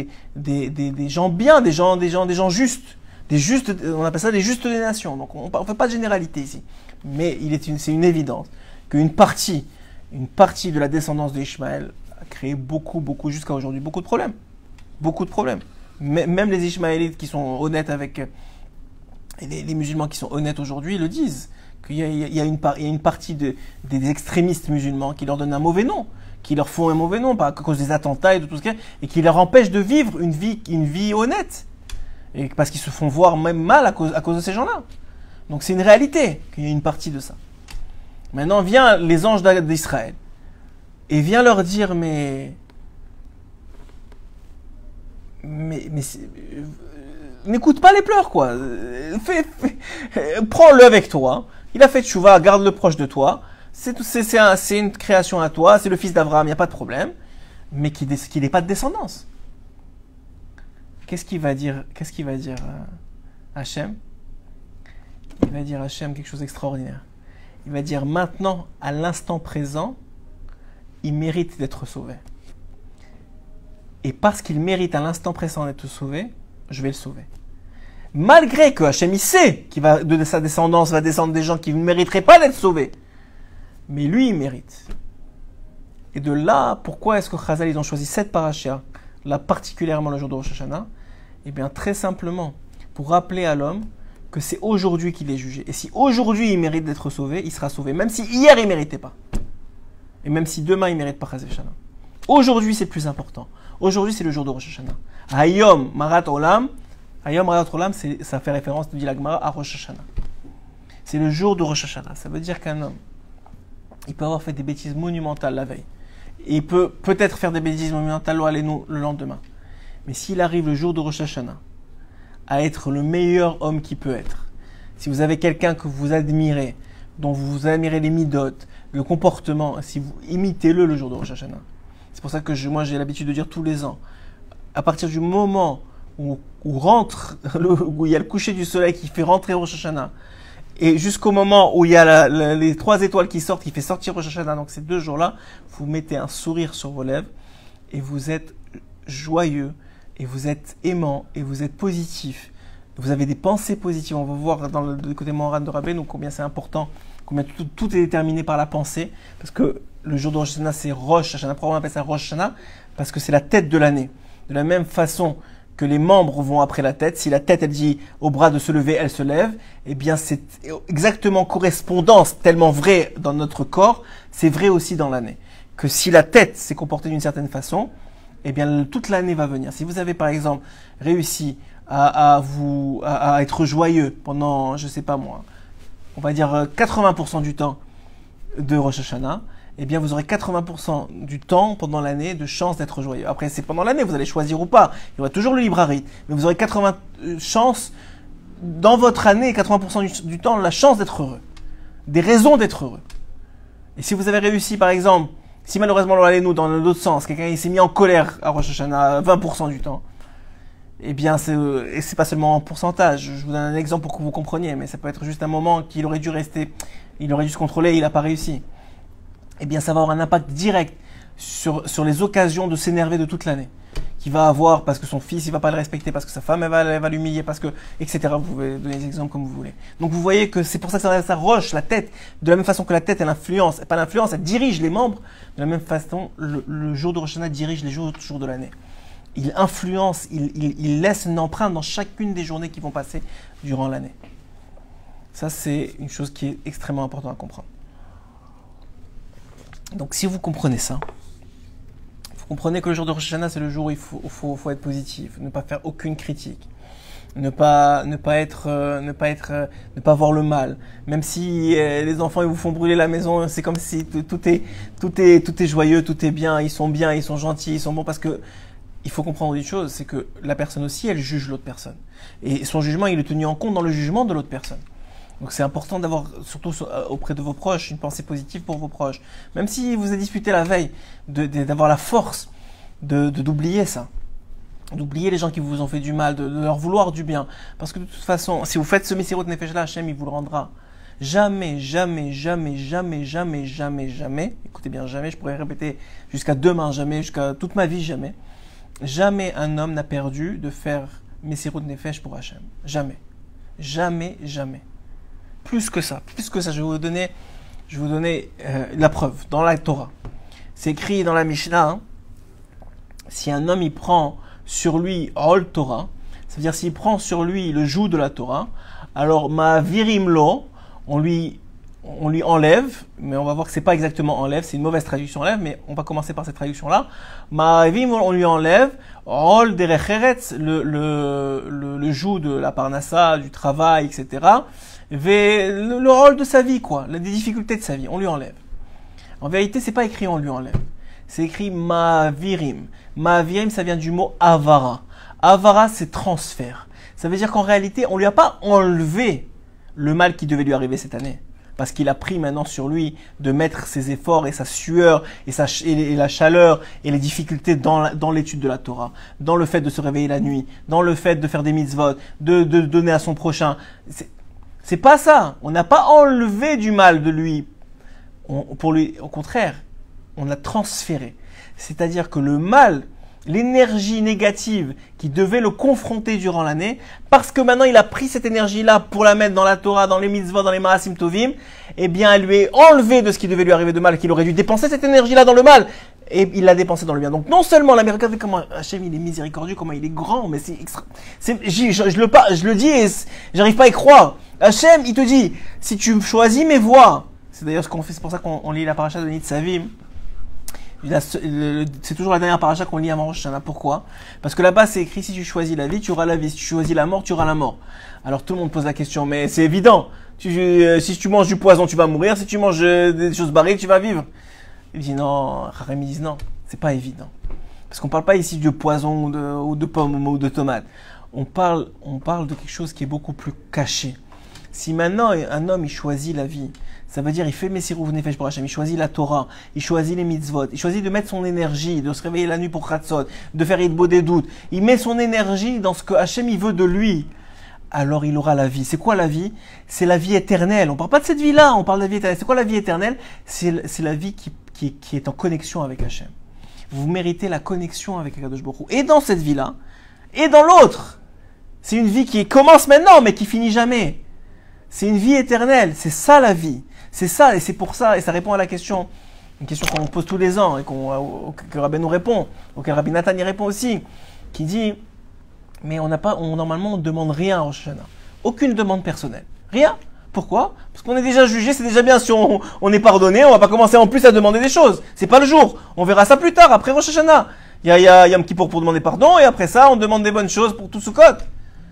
gens bien, des gens justes, on appelle ça des justes des nations. Donc on ne fait pas de généralité ici, mais c'est une évidence qu'une partie de la descendance d'Ishmaël a créé beaucoup jusqu'à aujourd'hui beaucoup de problèmes. Même les Ishmaélites qui sont honnêtes avec les musulmans qui sont honnêtes aujourd'hui le disent. Qu'il y a une partie des extrémistes musulmans qui leur donnent un mauvais nom, qui leur font un mauvais nom à cause des attentats et de tout ce qu'il y a, et qui leur empêchent de vivre une vie honnête. Et parce qu'ils se font voir même mal à cause de ces gens-là. Donc c'est une réalité qu'il y a une partie de ça. Maintenant vient les anges d'Israël et vient leur dire mais n'écoute pas les pleurs quoi. Prends-le avec toi. Il a fait tchouva, garde-le proche de toi. C'est une création à toi, c'est le fils d'Abraham, il n'y a pas de problème. Mais qu'il n'ait pas de descendance. Qu'est-ce qu'il va dire Hachem? Il va dire Hachem quelque chose d'extraordinaire. Il va dire maintenant, à l'instant présent, il mérite d'être sauvé. Et parce qu'il mérite à l'instant présent d'être sauvé, je vais le sauver. Malgré que Hachem il sait de sa descendance va descendre des gens qui ne mériteraient pas d'être sauvés. Mais lui, il mérite. Et de là, pourquoi est-ce que Chazal, ils ont choisi cette paracha, là particulièrement le jour de Rosh Hashanah? Eh bien, très simplement, pour rappeler à l'homme que c'est aujourd'hui qu'il est jugé. Et si aujourd'hui il mérite d'être sauvé, il sera sauvé. Même si hier il ne méritait pas. Et même si demain il ne mérite pas Chaz v'shalom. Aujourd'hui, c'est le plus important. Aujourd'hui, c'est le jour de Rosh Hashanah. Hayom Marat Olam. Hayom Marat Olam, ça fait référence, dit la Gemara, à Rosh Hashanah. C'est le jour de Rosh Hashanah. Ça veut dire qu'un homme, il peut avoir fait des bêtises monumentales la veille. Et il peut peut-être faire des bêtises monumentales le lendemain. Mais s'il arrive le jour de Rosh Hashanah à être le meilleur homme qu'il peut être, si vous avez quelqu'un que vous admirez, dont vous admirez les midotes, le comportement, si vous imitez-le le jour de Rosh Hashanah. C'est pour ça que moi j'ai l'habitude de dire tous les ans, à partir du moment où il y a le coucher du soleil qui fait rentrer Rosh Hashanah, et jusqu'au moment où il y a les 3 étoiles qui sortent, qui fait sortir Rosh Hashanah, donc ces 2 jours-là, vous mettez un sourire sur vos lèvres, et vous êtes joyeux, et vous êtes aimant, et vous êtes positif. Vous avez des pensées positives. On va voir dans le côté Moharan de Rabbeinu combien c'est important, combien tout est déterminé par la pensée, parce que le jour de Rosh Hashanah, c'est Rosh Hashanah. Pourquoi on appelle ça Rosh Hashanah? Parce que c'est la tête de l'année. De la même façon que les membres vont après la tête, si la tête, elle dit au bras de se lever, elle se lève, eh bien c'est exactement correspondance, tellement vrai dans notre corps, c'est vrai aussi dans l'année. Que si la tête s'est comportée d'une certaine façon, eh bien toute l'année va venir. Si vous avez par exemple réussi à être joyeux pendant, je sais pas moi, on va dire 80% du temps de Rosh Hashanah, eh bien vous aurez 80% du temps pendant l'année de chance d'être joyeux. Après, c'est pendant l'année, vous allez choisir ou pas. Il y aura toujours le libre arbitre, mais vous aurez 80 chances dans votre année, 80% du temps, la chance d'être heureux. Des raisons d'être heureux. Et si vous avez réussi, par exemple, si malheureusement l'on allait nous dans l'autre sens, quelqu'un s'est mis en colère à Rosh Hashanah 20% du temps, eh bien, c'est pas seulement en pourcentage. Je vous donne un exemple pour que vous compreniez, mais ça peut être juste un moment qu'il aurait dû rester, il aurait dû se contrôler, il n'a pas réussi. Eh bien, ça va avoir un impact direct sur les occasions de s'énerver de toute l'année. Qu'il va avoir parce que son fils, il va pas le respecter, parce que sa femme, elle va l'humilier, parce que, etc. Vous pouvez donner des exemples comme vous voulez. Donc, vous voyez que c'est pour ça que ça roche la tête. De la même façon que la tête, elle influence, pas l'influence, elle dirige les membres. De la même façon, le jour de Rosh Hashanah dirige les jours de l'année. Il influence, il laisse une empreinte dans chacune des journées qui vont passer durant l'année. Ça, c'est une chose qui est extrêmement importante à comprendre. Donc, si vous comprenez ça, vous comprenez que le jour de Rosh Hashanah, c'est le jour où il faut être positif, ne pas faire aucune critique, ne pas voir le mal. Même si les enfants ils vous font brûler la maison, c'est comme si tout est joyeux, tout est bien, ils sont gentils, ils sont bons, parce que il faut comprendre une chose, c'est que la personne aussi, elle juge l'autre personne. Et son jugement, il est tenu en compte dans le jugement de l'autre personne. Donc c'est important d'avoir, surtout auprès de vos proches, une pensée positive pour vos proches. Même si vous avez disputé la veille, d'avoir la force d'oublier ça. D'oublier les gens qui vous ont fait du mal, de leur vouloir du bien. Parce que de toute façon, si vous faites ce Messirut Nefesh là, Hachem, il vous le rendra. Jamais, jamais, jamais, jamais, jamais, jamais, jamais, écoutez bien, jamais, je pourrais répéter jusqu'à demain, jamais, jusqu'à toute ma vie, jamais. Jamais un homme n'a perdu de faire Messirut Nefesh pour Hachem. Jamais. Jamais, jamais. Plus que ça, je vais vous donner la preuve dans la Torah. C'est écrit dans la Mishnah, hein, si un homme il prend sur lui Ol Torah, ça veut dire s'il prend sur lui le joug de la Torah, alors ma virimlo, on lui enlève, mais on va voir que c'est pas exactement enlève, c'est une mauvaise traduction enlève, mais on va commencer par cette traduction-là. Ma virimlo, on lui enlève Ol derecheretz, le joug de la parnassa, du travail, etc. Le rôle de sa vie, quoi, les difficultés de sa vie, on lui enlève. En vérité, c'est pas écrit on lui enlève. C'est écrit ma'avirim. Ma'avirim, ça vient du mot avara. Avara, c'est transfert. Ça veut dire qu'en réalité, on lui a pas enlevé le mal qui devait lui arriver cette année. Parce qu'il a pris maintenant sur lui de mettre ses efforts et sa sueur et la chaleur et les difficultés dans l'étude de la Torah, dans le fait de se réveiller la nuit, dans le fait de faire des mitzvot, de donner à son prochain. C'est pas ça. On n'a pas enlevé du mal de lui. Pour lui, au contraire, on l'a transféré. C'est-à-dire que le mal, l'énergie négative qui devait le confronter durant l'année, parce que maintenant il a pris cette énergie-là pour la mettre dans la Torah, dans les mitzvot, dans les ma'asim tovim, eh bien elle lui est enlevée de ce qui devait lui arriver de mal, qu'il aurait dû dépenser cette énergie-là dans le mal, et il l'a dépensé dans le bien. Donc non seulement la regardez comment Hachem il est miséricordieux, comment il est grand, mais c'est extra. Je le dis et j'arrive pas à y croire. Hachem, il te dit, si tu choisis mes voies, c'est d'ailleurs ce qu'on fait, c'est pour ça qu'on lit la paracha de Nitzavim. C'est toujours la dernière paracha qu'on lit avant Rosh Hashanah. Pourquoi? Parce que là-bas c'est écrit, si tu choisis la vie, tu auras la vie. Si tu choisis la mort, tu auras la mort. Alors tout le monde pose la question, mais c'est évident. Si tu manges du poison, tu vas mourir. Si tu manges des choses barrées, tu vas vivre. Il dit non, Harem disent non, c'est pas évident. Parce qu'on parle pas ici de poison ou de pommes ou de tomates. On parle de quelque chose qui est beaucoup plus caché. Si maintenant un homme il choisit la vie, ça veut dire il fait Messirut Nefesh pour Hachem, il choisit la Torah, il choisit les mitzvot, il choisit de mettre son énergie, de se réveiller la nuit pour Chatzot, de faire Idbo des doutes. Il met son énergie dans ce que Hachem il veut de lui. Alors il aura la vie. C'est quoi la vie? C'est la vie éternelle. On parle pas de cette vie-là, on parle de la vie éternelle. C'est quoi la vie éternelle? C'est la vie qui est en connexion avec Hachem. Vous méritez la connexion avec Akadosh Baruch Hu. Et dans cette vie-là, et dans l'autre. C'est une vie qui commence maintenant, mais qui finit jamais. C'est une vie éternelle. C'est ça la vie. C'est ça, et c'est pour ça, et ça répond à la question, une question qu'on pose tous les ans, et que Rabbi nous répond, auquel Rabbi Nathan y répond aussi, qui dit, mais normalement on ne demande rien à Rosh Hashanah. Aucune demande personnelle. Rien. Pourquoi? Parce qu'on est déjà jugé, c'est déjà bien. Si on est pardonné, on va pas commencer en plus à demander des choses. C'est pas le jour. On verra ça plus tard, après Rosh Hashanah. Il y a Yom Kippour pour demander pardon, et après ça, on demande des bonnes choses pour tout Sukkot.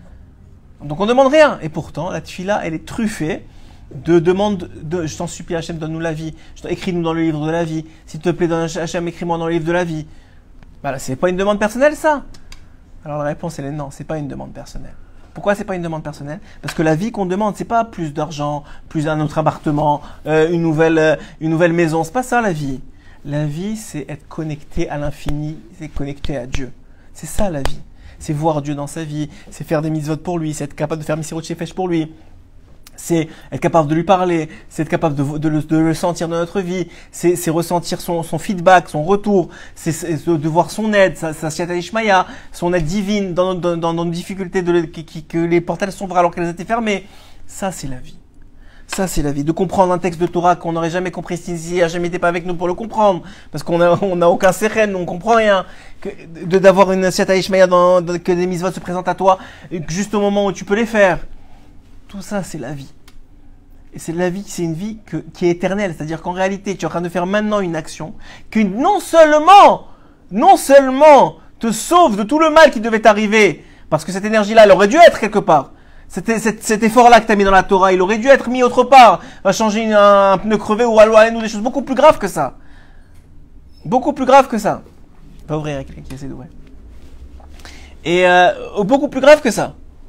Donc on ne demande rien. Et pourtant, la tefila, elle est truffée de demandes de je t'en supplie, Hachem, donne-nous la vie. Écris-nous dans le livre de la vie. S'il te plaît, Hachem, écris-moi dans le livre de la vie. Voilà, c'est pas une demande personnelle, ça. Alors la réponse, elle est non, c'est pas une demande personnelle. Pourquoi c'est pas une demande personnelle? Parce que la vie qu'on demande, c'est pas plus d'argent, plus un autre appartement, une nouvelle maison. C'est pas ça la vie. La vie, c'est être connecté à l'infini, c'est connecté à Dieu. C'est ça la vie. C'est voir Dieu dans sa vie, c'est faire des mitzvot pour lui, c'est être capable de faire Messirot Shefesh pour lui. C'est être capable de lui parler, c'est être capable de le sentir dans notre vie, c'est ressentir son feedback, son retour, c'est de voir son aide, sa Siyata Ishmaya, son aide divine dans nos difficultés, que les portails s'ouvrent alors qu'elles étaient fermées. Ça, c'est la vie. Ça, c'est la vie. De comprendre un texte de Torah qu'on n'aurait jamais compris s'il n'a jamais été pas avec nous pour le comprendre. Parce qu'on a aucun sérène, on comprend rien. D'avoir une Siyata Ishmaya que des mitzvot se présentent à toi, juste au moment où tu peux les faire. Tout ça, c'est la vie. Et c'est la vie, c'est une vie qui est éternelle. C'est-à-dire qu'en réalité, tu es en train de faire maintenant une action qui non seulement te sauve de tout le mal qui devait t'arriver, parce que cette énergie-là, elle aurait dû être quelque part. Cet effort-là que tu as mis dans la Torah, il aurait dû être mis autre part. Va changer un pneu crevé ou ou des choses beaucoup plus graves que ça. Beaucoup plus graves que ça. Pas ouvrir avec quelqu'un qui essaie d'ouvrir. Et beaucoup plus grave que ça.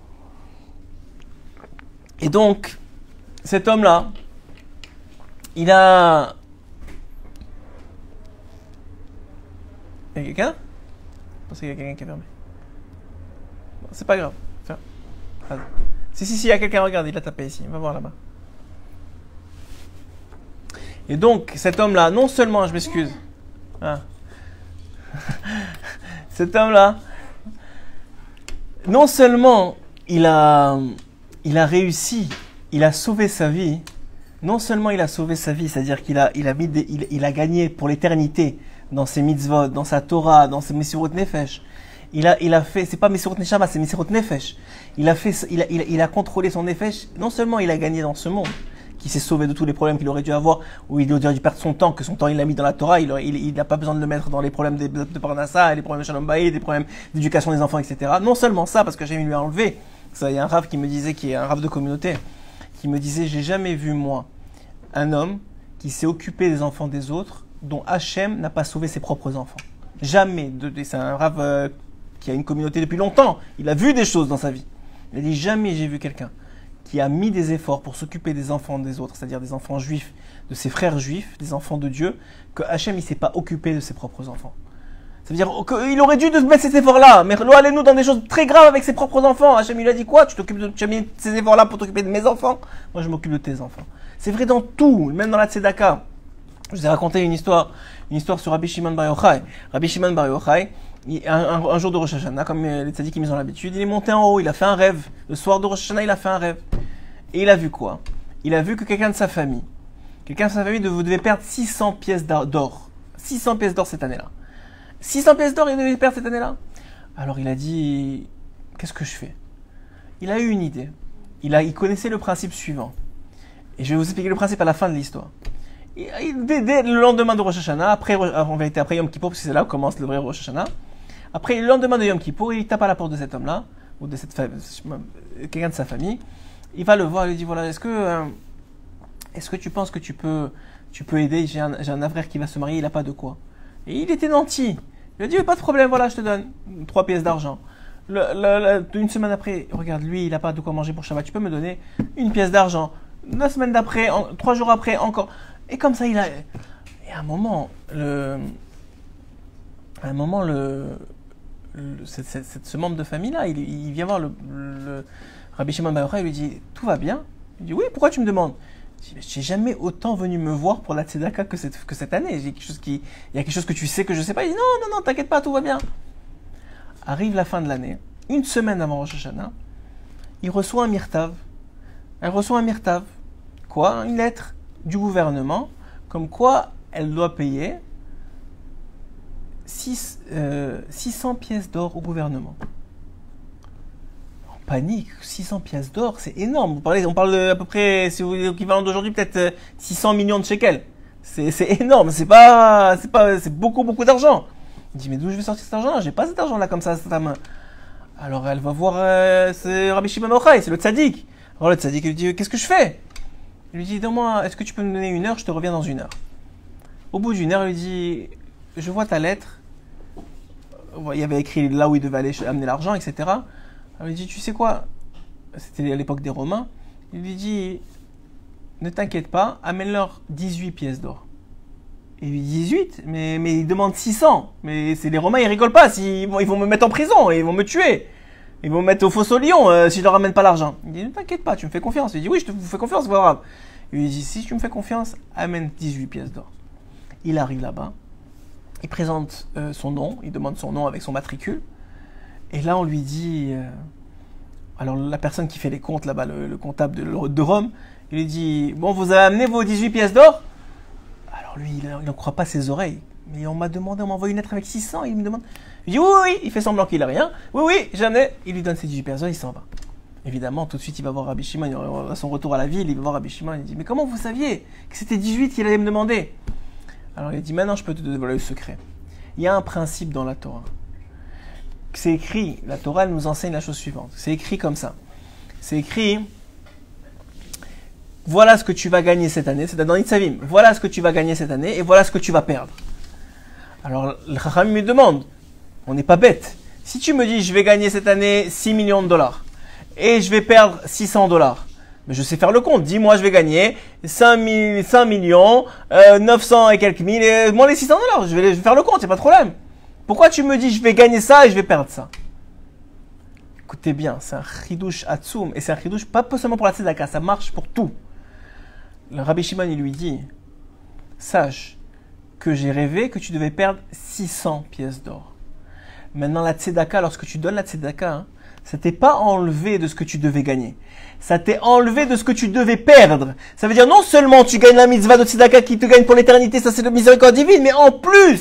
Et donc, cet homme-là, il a... Il y a quelqu'un? Je pense qu'il y a quelqu'un qui a fermé. Bon, c'est pas grave. Tiens. Si, il y a quelqu'un, regarde, il a tapé ici. On va voir là-bas. Et donc, cet homme-là, non seulement, je m'excuse. Ah. Cet homme-là, non seulement il a réussi, il a sauvé sa vie. Non seulement il a sauvé sa vie, c'est-à-dire qu'il a gagné pour l'éternité dans ses mitzvot, dans sa Torah, dans ses Messirot Nefesh. Il a fait, c'est pas Messirot Neshama, c'est Messirot Nefesh. Il a contrôlé son Nefesh. Non seulement il a gagné dans ce monde, qui s'est sauvé de tous les problèmes qu'il aurait dû avoir, où il aurait dû perdre son temps, que son temps il l'a mis dans la Torah, il n'a pas besoin de le mettre dans les problèmes de Parnassa, les problèmes de Shalom Bayit, les problèmes d'éducation des enfants, etc. Non seulement ça, parce que j'ai lui a enlevé. Ça, il y a un rav qui me disait, qui est un rav de communauté, qui me disait, j'ai jamais vu, moi, un homme qui s'est occupé des enfants des autres, dont Hachem n'a pas sauvé ses propres enfants. Jamais. C'est un rav qui a une communauté depuis longtemps. Il a vu des choses dans sa vie. Il a dit, jamais j'ai vu quelqu'un qui a mis des efforts pour s'occuper des enfants des autres, c'est-à-dire des enfants juifs, de ses frères juifs, des enfants de Dieu, que Hachem, il s'est pas occupé de ses propres enfants. Ça veut dire qu'il aurait dû mettre cet effort-là. Mais allez-nous dans des choses très graves avec ses propres enfants. Hachem, il a dit quoi? Tu as mis ces efforts-là pour t'occuper de mes enfants? Moi, je m'occupe de tes enfants. C'est vrai dans tout, même dans la Tzedaka. Je vous ai raconté une histoire sur Rabbi Shimon Bar Yochai. Rabbi Shimon Bar Yochai, un jour de Rosh Hashanah, comme les tzadikim ils ont l'habitude, il est monté en haut, il a fait un rêve. Le soir de Rosh Hashanah, il a fait un rêve. Et il a vu quoi? Il a vu que quelqu'un de sa famille devait perdre 600 pièces d'or. 600 pièces d'or cette année-là. 600 pièces d'or, il devait perdre cette année-là. Alors il a dit, qu'est-ce que je fais? Il a eu une idée. Il connaissait le principe suivant. Et je vais vous expliquer le principe à la fin de l'histoire. Dès le lendemain de Rosh Hashanah, en vérité après Yom Kippour, parce que c'est là où commence le vrai Rosh Hashanah, après le lendemain de Yom Kippour, il tape à la porte de cet homme-là, ou de quelqu'un de sa famille. Il va le voir, il lui dit, voilà, est-ce que tu penses que tu peux aider? J'ai un frère qui va se marier, il n'a pas de quoi. Et il était nanti. Il a dit, pas de problème, voilà, je te donne 3 pièces d'argent. Une semaine après, regarde, lui, il n'a pas de quoi manger pour Shabbat, tu peux me donner 1 pièce d'argent. La semaine d'après, 3 jours après, encore. Et comme ça, Et à un moment, ce membre de famille-là, il vient voir le Rabbi Shimon Bar Yochai, il lui dit, tout va bien? Il dit, oui, pourquoi tu me demandes? Je dis, j'ai jamais autant venu me voir pour la tzedaka que cette année. Il y a quelque chose que tu sais que je sais pas. Il dit, non, t'inquiète pas, tout va bien. Arrive la fin de l'année, une semaine avant Rosh Hashanah, il reçoit un mirtav. Elle reçoit un mirtav. Quoi? Une lettre du gouvernement, comme quoi elle doit payer 600 pièces d'or au gouvernement. En panique, 600 pièces d'or, c'est énorme. On parle de, à peu près, si vous voulez l'équivalent d'aujourd'hui, peut-être 600 millions de shekels. C'est énorme, c'est beaucoup d'argent. Il dit, mais d'où je vais sortir cet argent? J'ai pas cet argent-là comme ça à sa main. Alors elle va voir c'est Rabbi Shimon Bar Yochai, c'est le tzaddik. Alors le tzaddik lui dit qu'est-ce que je fais? Il lui dit donne-moi, est-ce que tu peux me donner 1 heure, je te reviens dans 1 heure. Au bout d'1 heure, il lui dit je vois ta lettre. Il y avait écrit là où il devait aller amener l'argent, etc. Alors il lui dit tu sais quoi? C'était à l'époque des Romains. Il lui dit ne t'inquiète pas, amène-leur 18 pièces d'or. Et il lui dit 18, mais il demande 600. Mais c'est les Romains, ils rigolent pas. Ils vont me mettre en prison, ils vont me tuer. Ils vont me mettre au fosse au lion si je leur ramène pas l'argent. Il dit ne t'inquiète pas, tu me fais confiance. Il dit oui, je te fais confiance, c'est pas grave. Il lui dit si tu me fais confiance, amène 18 pièces d'or. Il arrive là-bas, il présente son nom, il demande son nom avec son matricule. Et là, on lui dit... alors la personne qui fait les comptes là-bas, le comptable de Rome, il lui dit bon, vous avez amené vos 18 pièces d'or? Alors lui, il n'en croit pas ses oreilles. Mais on m'a envoyé une lettre avec 600. Il me demande. Il dit oui, oui, il fait semblant qu'il n'a rien. Oui, oui, j'en ai. Il lui donne ses 18 pièces d'or, il s'en va. Évidemment, tout de suite, il va voir Rabbi Shimon. À son retour à la ville, il va voir Rabbi Shimon. Il dit mais comment vous saviez que c'était 18 qu'il allait me demander? Alors il dit maintenant, je peux te dévoiler le secret. Il y a un principe dans la Torah. C'est écrit, la Torah elle nous enseigne la chose suivante. C'est écrit comme ça. C'est écrit. Voilà ce que tu vas gagner cette année, c'est dans Nitzavim. Voilà ce que tu vas gagner cette année et voilà ce que tu vas perdre. Alors, le Chacham me demande, on n'est pas bête. Si tu me dis, je vais gagner cette année 6 millions de dollars et je vais perdre 600 dollars, mais je sais faire le compte. Dis-moi, je vais gagner 5 millions, 900 et quelques mille, et moi les 600 dollars, je vais faire le compte, c'est pas de problème. Pourquoi tu me dis, je vais gagner ça et je vais perdre ça? Écoutez bien, c'est un chidouche atzoum et c'est un chidouche pas seulement pour la tzedaka, ça marche pour tout. Le Rabbi Shimon, il lui dit, sache que j'ai rêvé que tu devais perdre 600 pièces d'or. Maintenant, la tzedaka, lorsque tu donnes la tzedaka, ça t'est pas enlevé de ce que tu devais gagner. Ça t'est enlevé de ce que tu devais perdre. Ça veut dire non seulement tu gagnes la mitzvah de tzedaka qui te gagne pour l'éternité, ça c'est la miséricorde divine, mais en plus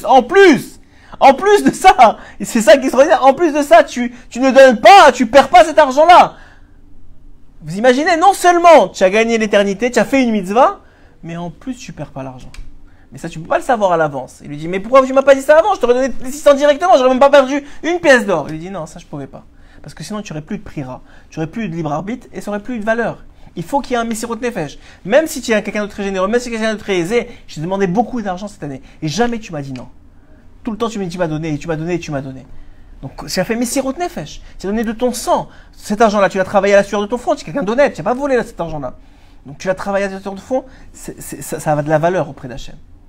de ça, et c'est ça qui est extraordinaire, en plus de ça, tu ne donnes pas, tu perds pas cet argent-là. Vous imaginez, non seulement tu as gagné l'éternité, tu as fait une mitzvah, mais en plus tu perds pas l'argent. Mais ça, tu peux pas le savoir à l'avance. Il lui dit, mais pourquoi tu m'as pas dit ça avant? Je t'aurais donné les 600 directement, j'aurais même pas perdu 1 pièce d'or. Il lui dit, non, ça je pouvais pas. Parce que sinon tu aurais plus de prira, tu aurais plus de libre arbitre et ça aurait plus de valeur. Il faut qu'il y ait un Messirut Nefesh. Même si tu es quelqu'un de très généreux, même si tu es quelqu'un de très aisé, je t'ai demandé beaucoup d'argent cette année. Et jamais tu m'as dit non. Tout le temps tu m'as donné, et tu m'as donné, et tu m'as donné. Donc, tu as fait Messirut Nefesh. Tu as donné de ton sang. Cet argent-là, tu l'as travaillé à la sueur de ton front. Tu es quelqu'un d'honnête. Tu n'as pas volé cet argent-là. Donc, tu l'as travaillé à la sueur de ton front. Ça a de la valeur auprès d'Hachem.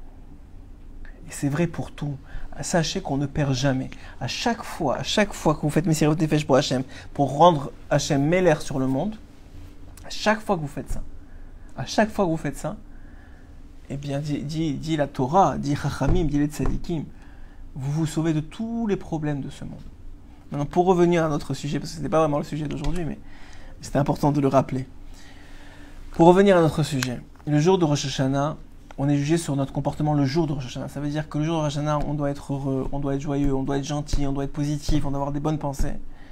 Et c'est vrai pour tout. Sachez qu'on ne perd jamais. À chaque fois que vous faites Messirut Nefesh pour Hachem, pour rendre Hachem Meller sur le monde, à chaque fois que vous faites ça, eh bien, dit la Torah, dit Chachamim, dit les Tzadikim, vous vous sauvez de tous les problèmes de ce monde. Maintenant, pour revenir à notre sujet, parce que ce n'était pas vraiment le sujet d'aujourd'hui, mais c'était important de le rappeler. Pour revenir à notre sujet, le jour de Rosh Hashanah, on est jugé sur notre comportement le jour de Rosh Hashanah. Ça veut dire que le jour de Rosh Hashanah, on doit être heureux, on doit être joyeux, on doit être gentil, on doit être positif, on doit avoir des bonnes pensées.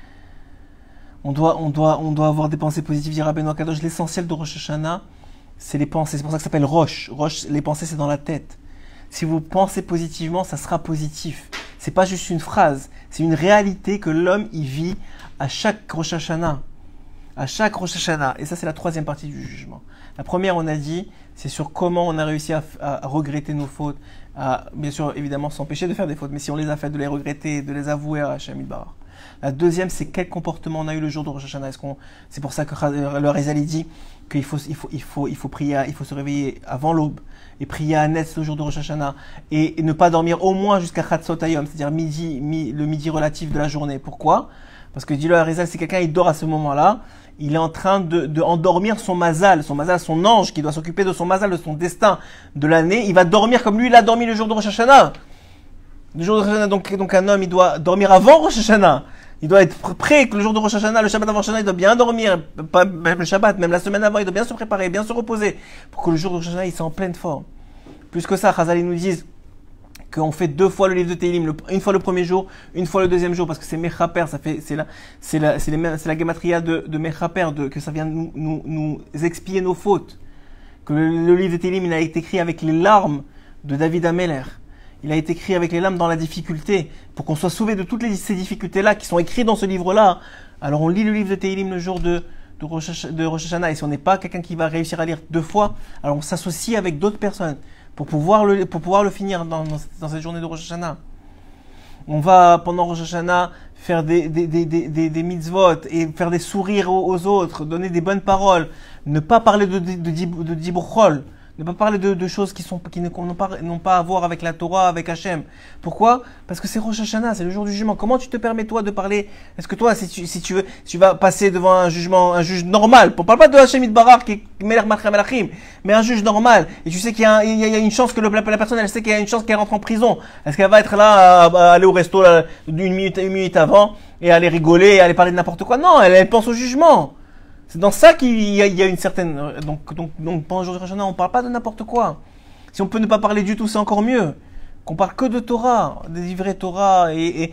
On doit avoir des pensées positives, dire Rabbeinu Akadosh. L'essentiel de Rosh Hashanah, c'est les pensées. C'est pour ça que ça s'appelle Rosh. Rosh, les pensées, c'est dans la tête. Si vous pensez positivement, ça sera positif. C'est pas juste une phrase, c'est une réalité que l'homme y vit à chaque Rosh Hashanah. À chaque Rosh Hashanah. Et ça, c'est la troisième partie du jugement. La première, on a dit, c'est sur comment on a réussi à regretter nos fautes, à, bien sûr, évidemment, s'empêcher de faire des fautes, mais si on les a faites, de les regretter, de les avouer à Hachem Yitbarach. La deuxième, c'est quel comportement on a eu le jour de Rosh Hashanah. C'est pour ça que le Rizal dit qu'il faut prier, il faut se réveiller avant l'aube et prier à Netz le jour de Rosh Hashanah et ne pas dormir au moins jusqu'à Chatzot Hayom, c'est-à-dire le midi relatif de la journée. Pourquoi? Parce que dit le Rizal, si quelqu'un il dort à ce moment-là, il est en train de endormir son mazal, son ange qui doit s'occuper de son mazal, de son destin de l'année. Il va dormir comme lui, il a dormi le jour de Rosh Hashanah. Le jour de Rosh Hashanah, donc un homme, il doit dormir avant Rosh Hashanah. Il doit être prêt que le jour de Rosh Hashanah, le Shabbat avant Rosh Hashanah, il doit bien dormir. Pas même le Shabbat, même la semaine avant, il doit bien se préparer, bien se reposer. Pour que le jour de Rosh Hashanah, il soit en pleine forme. Plus que ça, Chazal, ils nous disent qu'on fait 2 fois le livre de Tehillim, une fois le premier jour, une fois le deuxième jour, parce que c'est Mechaper, c'est la gematria de Mechaper, que ça vient nous expier nos fautes. Que le livre de Tehillim, il a été écrit avec les larmes de David Ameller. il a été écrit avec les lames dans la difficulté, pour qu'on soit sauvé de toutes ces difficultés-là qui sont écrites dans ce livre-là. Alors on lit le livre de Tehillim le jour de Rosh Hashanah, et si on n'est pas quelqu'un qui va réussir à lire 2 fois, alors on s'associe avec d'autres personnes pour pouvoir le finir dans cette journée de Rosh Hashanah. On va, pendant Rosh Hashanah, faire des mitzvot et faire des sourires aux autres, donner des bonnes paroles, ne pas parler de dibuchol, ne pas parler de choses qui n'ont pas à voir avec la Torah, avec Hachem. Pourquoi? Parce que c'est Rosh Hashanah, c'est le jour du jugement. Comment tu te permets toi de parler? Est-ce que toi, si tu vas passer devant un juge normal, on parle pas de Hachem Itbarach qui est Melech Malchei Melachim, mais un juge normal, et tu sais qu'il y a une chance que la personne, elle sait qu'il y a une chance qu'elle rentre en prison. Est-ce qu'elle va être là à aller au resto là, une minute avant et aller rigoler et aller parler de n'importe quoi? Non, elle pense au jugement. C'est dans ça qu'il y a une certaine... Donc pendant le jour de Rosh Hashanah, on ne parle pas de n'importe quoi. Si on peut ne pas parler du tout, c'est encore mieux. Qu'on parle que de Torah, des vrais Torah et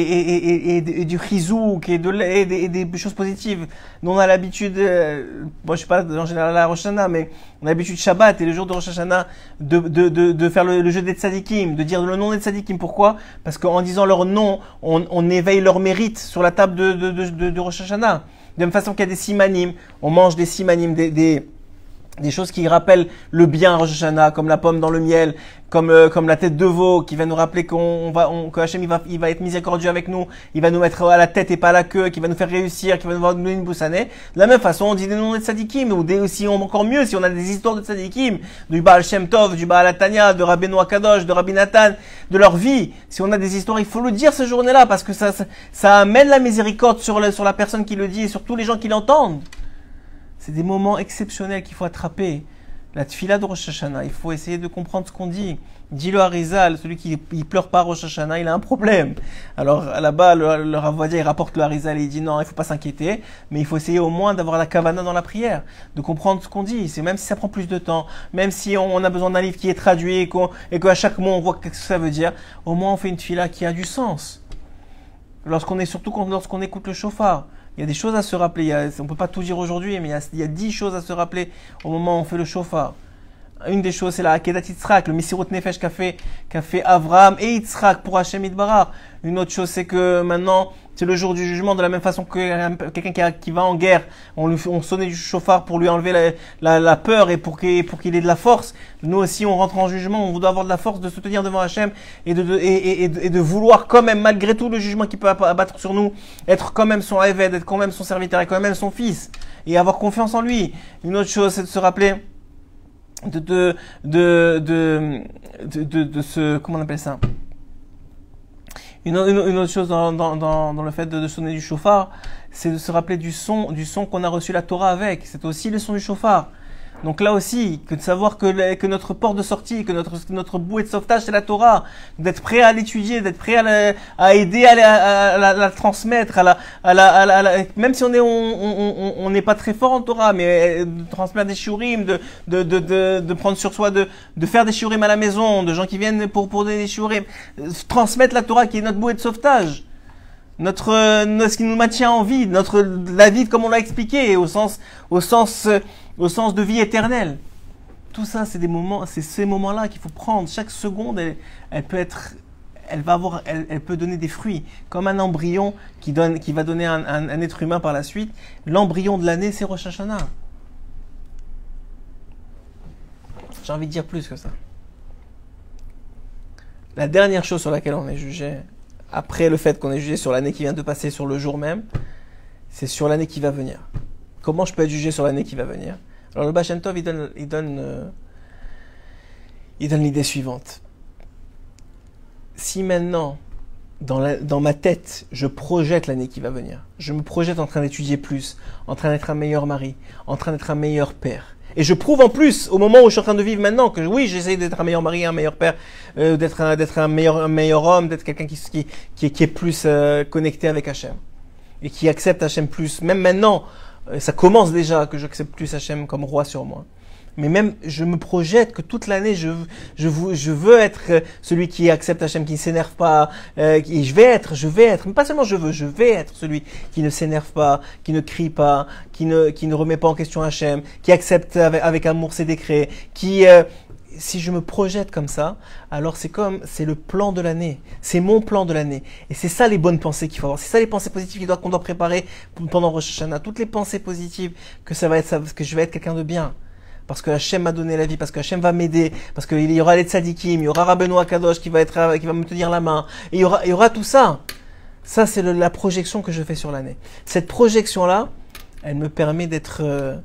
du chizouk et des choses positives. Nous, on a l'habitude, moi je suis pas en général à la Rosh Hashanah, mais on a l'habitude Shabbat et le jour de Rosh Hashanah de faire le jeu des tzadikim, de dire le nom des tzadikim. Pourquoi? Parce qu'en disant leur nom, on éveille leur mérite sur la table de Rosh Hashanah. De même façon qu'il y a des simanim, on mange des simanim, des choses qui rappellent le bien à Rosh Hashanah, comme la pomme dans le miel, comme la tête de veau, qui va nous rappeler que Hachem il va être miséricordieux avec nous, il va nous mettre à la tête et pas à la queue, qui va nous faire réussir, qui va nous donner une boussanée. De la même façon, on dit des noms de tzadikim, ou aussi encore mieux, si on a des histoires de tzadikim, du Baal Shem Tov, du Baal Atanya, de Rabbeinu Akadosh, de Rabbi Nathan, de leur vie. Si on a des histoires, il faut le dire ce journée-là, parce que ça amène la miséricorde sur la personne qui le dit et sur tous les gens qui l'entendent. C'est des moments exceptionnels qu'il faut attraper. La tfila de Rosh Hashanah, il faut essayer de comprendre ce qu'on dit. Dis-le à Harizal, celui qui pleure pas à Rosh Hashanah, il a un problème. Alors là-bas, le Rav Ovadia, il rapporte le Harizal et il dit non, il faut pas s'inquiéter, mais il faut essayer au moins d'avoir la kavana dans la prière, de comprendre ce qu'on dit. C'est même si ça prend plus de temps, même si on a besoin d'un livre qui est traduit et qu'à chaque mot on voit ce que ça veut dire, au moins on fait une tfila qui a du sens. Lorsqu'on écoute le shofar. Il y a des choses à se rappeler. On ne peut pas tout dire aujourd'hui, mais il y a 10 choses à se rappeler au moment où on fait le shofar. Une des choses, c'est la Akedat Yitzhak, le Messirut Nefesh qu'a fait Avraham et Yitzhak pour Hachem Itbarach. Une autre chose, c'est que maintenant, c'est le jour du jugement, de la même façon que quelqu'un qui va en guerre, on sonnait du shofar pour lui enlever la peur et pour qu'il ait de la force. Nous aussi, on rentre en jugement, on doit avoir de la force de se tenir devant Hachem et de vouloir quand même, malgré tout le jugement qu'il peut abattre sur nous, être quand même son Eved, être quand même son serviteur, être quand même son fils et avoir confiance en lui. Une autre chose, c'est de se rappeler de ce, comment on appelle ça? Une autre chose dans le fait de sonner du shofar, c'est de se rappeler du son qu'on a reçu la Torah avec. C'est aussi le son du shofar. Donc là aussi, que de savoir que notre porte de sortie, que notre bouée de sauvetage, c'est la Torah. D'être prêt à l'étudier, d'être prêt à aider à la transmettre, même si on n'est pas très fort en Torah, mais de transmettre des shiurim, de prendre sur soi, de faire des shiurim à la maison, de gens qui viennent pour des shiurim. Transmettre la Torah qui est notre bouée de sauvetage. Ce qui nous maintient en vie, la vie comme on l'a expliqué, au sens de vie éternelle. Tout ça, c'est ces moments-là qu'il faut prendre. Chaque seconde, elle peut donner des fruits. Comme un embryon qui va donner un être humain par la suite. L'embryon de l'année, c'est Rosh Hashanah. J'ai envie de dire plus que ça. La dernière chose sur laquelle on est jugé, après le fait qu'on est jugé sur l'année qui vient de passer, sur le jour même, c'est sur l'année qui va venir. Comment je peux être jugé sur l'année qui va venir? Alors le Baal Shem Tov, il donne l'idée suivante. Si maintenant, dans ma tête, je projette l'année qui va venir, je me projette en train d'étudier plus, en train d'être un meilleur mari, en train d'être un meilleur père, et je prouve en plus, au moment où je suis en train de vivre maintenant, que oui, j'essaie d'être un meilleur mari, un meilleur père, d'être un meilleur homme, d'être quelqu'un qui est plus connecté avec Hachem, et qui accepte Hachem plus. Même maintenant, ça commence déjà que j'accepte plus Hachem comme roi sur moi. Mais même, je me projette que toute l'année, je veux être celui qui accepte Hachem, qui ne s'énerve pas, je vais être, mais pas seulement je vais être celui qui ne s'énerve pas, qui ne crie pas, qui ne remet pas en question Hachem, qui accepte avec amour ses décrets, si je me projette comme ça, alors c'est le plan de l'année. C'est mon plan de l'année. Et c'est ça les bonnes pensées qu'il faut avoir. C'est ça les pensées positives qu'on doit préparer pendant Rosh Hashanah. Toutes les pensées positives que ça va être ça, parce que je vais être quelqu'un de bien. Parce que Hachem m'a donné la vie, parce que Hachem va m'aider, parce qu'il y aura les tzadikim, il y aura Rabbeinu Akadosh qui va me tenir la main. Et il y aura tout ça. Ça, c'est la projection que je fais sur l'année. Cette projection-là, elle me permet d'être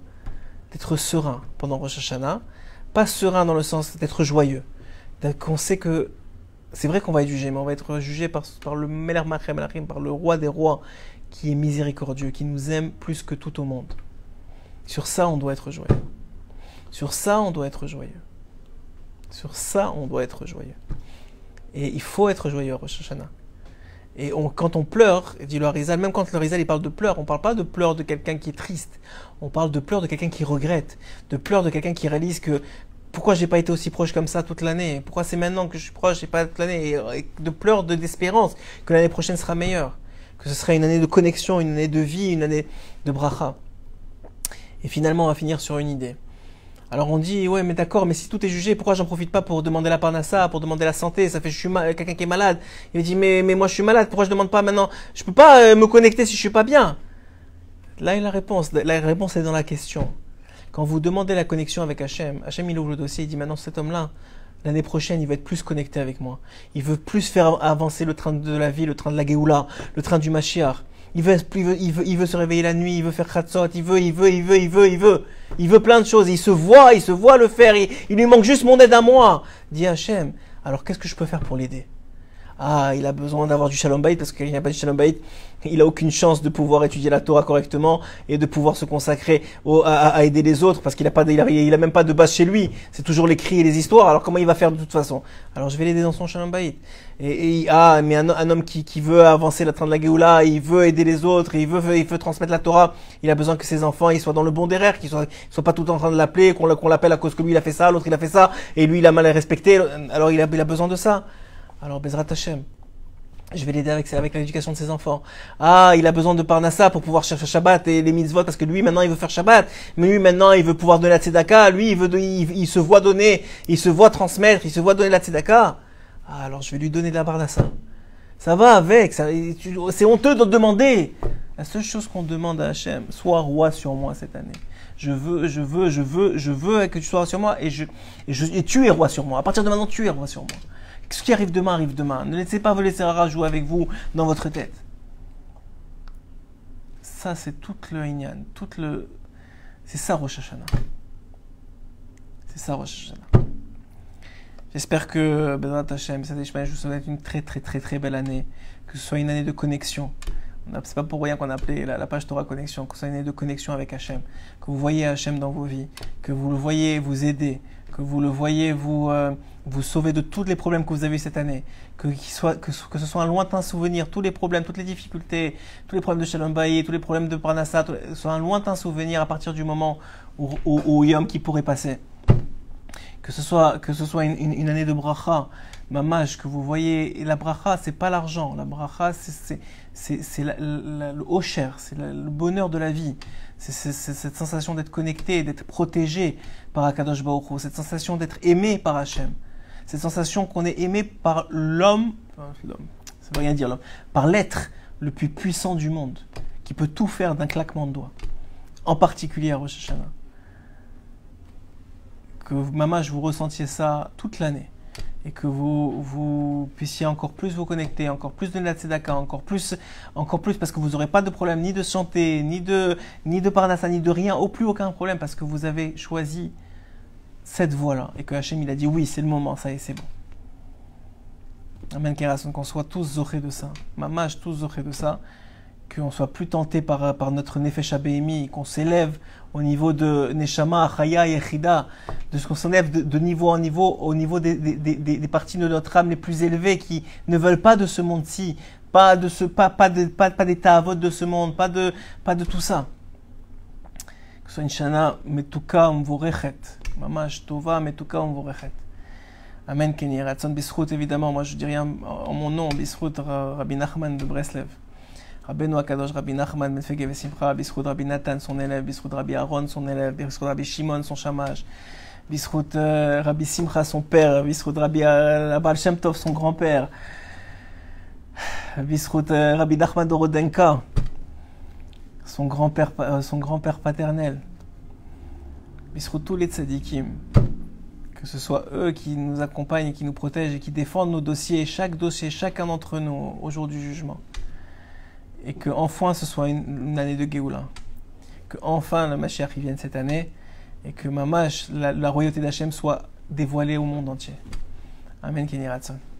serein pendant Rosh Hashanah. Pas serein dans le sens d'être joyeux. On sait que c'est vrai qu'on va être jugé, mais on va être jugé par le Melech Malachim, par le roi des rois, qui est miséricordieux, qui nous aime plus que tout au monde. Sur ça, on doit être joyeux. Sur ça, on doit être joyeux. Sur ça, on doit être joyeux. Et il faut être joyeux à Rosh Hashanah. Et quand on pleure, dit le Harizal, même quand le Harizal il parle de pleurs, on ne parle pas de pleurs de quelqu'un qui est triste. On parle de pleurs de quelqu'un qui regrette. De pleurs de quelqu'un qui réalise que pourquoi j'ai pas été aussi proche comme ça toute l'année? Pourquoi c'est maintenant que je suis proche et pas toute l'année? Et de pleurs d'espérance que l'année prochaine sera meilleure. Que ce sera une année de connexion, une année de vie, une année de bracha. Et finalement, on va finir sur une idée. Alors on dit, ouais mais d'accord, mais si tout est jugé, pourquoi j'en profite pas pour demander la parnassa, pour demander la santé? Ça fait je suis quelqu'un qui est malade. Il me dit, mais moi je suis malade, pourquoi je demande pas maintenant? Je peux pas me connecter si je suis pas bien. Là il y a la réponse. La réponse est dans la question. Quand vous demandez la connexion avec Hachem, Hachem il ouvre le dossier, il dit maintenant cet homme-là, l'année prochaine il va être plus connecté avec moi. Il veut plus faire avancer le train de la vie, le train de la Géoula, le train du Mashiach. Il veut se réveiller la nuit, il veut faire Khatzot, il veut plein de choses, il se voit le faire, il lui manque juste mon aide à moi, dit Hachem. Alors qu'est-ce que je peux faire pour l'aider? Ah, il a besoin d'avoir du Shalom Bayit, parce qu'il n'y a pas du Shalom Bayit, il a aucune chance de pouvoir étudier la Torah correctement et de pouvoir se consacrer à aider les autres, parce qu'il a même pas de base chez lui. C'est toujours les cris et les histoires. Alors comment il va faire de toute façon? Alors je vais l'aider dans son Shalom Bayit. Mais un homme qui veut avancer la train de la Géoula, il veut aider les autres, il veut transmettre la Torah. Il a besoin que ses enfants ils soient dans le bon derrière, qu'ils soient pas tout le temps en train de l'appeler, qu'on l'appelle à cause que lui il a fait ça, l'autre il a fait ça, et lui il a mal respecté. Alors il a besoin de ça. Alors, Bezrat Hashem, je vais l'aider avec l'éducation de ses enfants. Ah, il a besoin de Parnassa pour pouvoir chercher Shabbat et les mitzvot, parce que lui, maintenant, il veut faire Shabbat. Mais lui, maintenant, il veut pouvoir donner la tzedaka. Lui, il se voit donner, il se voit transmettre, il se voit donner la tzedaka. Ah, alors, je vais lui donner de la Parnassa. Ça va avec, c'est honteux de demander. La seule chose qu'on demande à Hachem, sois roi sur moi cette année. Je veux que tu sois roi sur moi et tu es roi sur moi. À partir de maintenant, tu es roi sur moi. Ce qui arrive demain, arrive demain. Ne laissez pas laisser Rara jouer avec vous dans votre tête. Ça, c'est tout le Inyan. C'est ça Rosh Hashanah. C'est ça Rosh Hashanah. J'espère que Bezrat Hashem, je vous souhaite une très très très très belle année. Que ce soit une année de connexion. C'est pas pour rien qu'on a appelé la page Torah Connexion. Que ce soit une année de connexion avec Hachem. Que vous voyez Hachem dans vos vies. Que vous le voyez vous aider. Que vous le voyez vous sauver de tous les problèmes que vous avez eu cette année, que ce soit un lointain souvenir, tous les problèmes, toutes les difficultés, tous les problèmes de Shalom Bayit, tous les problèmes de Parnassa, soit un lointain souvenir à partir du moment où Yom qui pourrait passer. Que ce soit une année de bracha, mamash, que vous voyez, et la bracha, c'est pas l'argent, la bracha, c'est le osher, c'est le bonheur de la vie. C'est cette sensation d'être connecté, d'être protégé par Akadosh Baruch Hu, cette sensation d'être aimé par Hachem, cette sensation qu'on est aimé par l'homme, ça veut rien dire l'homme, par l'être le plus puissant du monde, qui peut tout faire d'un claquement de doigts, en particulier à Rosh Hashanah. Que mamash, vous ressentiez ça toute l'année. Et que vous puissiez encore plus vous connecter, encore plus donner la tzedaka, encore plus, parce que vous n'aurez pas de problème ni de santé, ni de parnassa, ni de rien, au plus aucun problème, parce que vous avez choisi cette voie-là. Et que Hachem, il a dit oui, c'est le moment, ça y est, c'est bon. Amen, Kerason, qu'on soit tous zorés de ça. Mamash, tous zorés de ça. Qu'on soit plus tenté par notre Nefesh Abéhimi, qu'on s'élève au niveau de Neshama, Chaya et Echida, de ce qu'on s'élève de niveau en niveau, au niveau des parties de notre âme les plus élevées qui ne veulent pas de ce monde-ci, pas des ta'avot de ce monde, pas de tout ça. Que ce soit une Shana, Metuka Umvorechet, Mamash Tova, Metuka Umvorechet. Amen, Kenny. Ratson Bisrout, évidemment, moi je dis rien en mon nom, Bisrout Rabbi Nachman de Breslev. Rabbeinu Akadosh, Rabbi Nachman, Metfege Vesimcha, Bisrout Rabbi Nathan, son élève, Bisrout Rabbi Aaron, son élève, Bisrout Rabbi Shimon, son chamage, Bisrout Rabbi Simcha, son père, Bisrout Rabbi Abal Shem Tov, son grand-père, Bisrout Rabbi Nachman Dorodenka, son grand-père paternel, Bisrout tous les tzadikim, que ce soit eux qui nous accompagnent et qui nous protègent et qui défendent nos dossiers, chacun d'entre nous au jour du jugement. Et que enfin ce soit une année de Géoula. Que enfin le Mashiach vienne cette année et que Mamash, la royauté d'Hachem, soit dévoilée au monde entier. Amen, Kenny Ratson.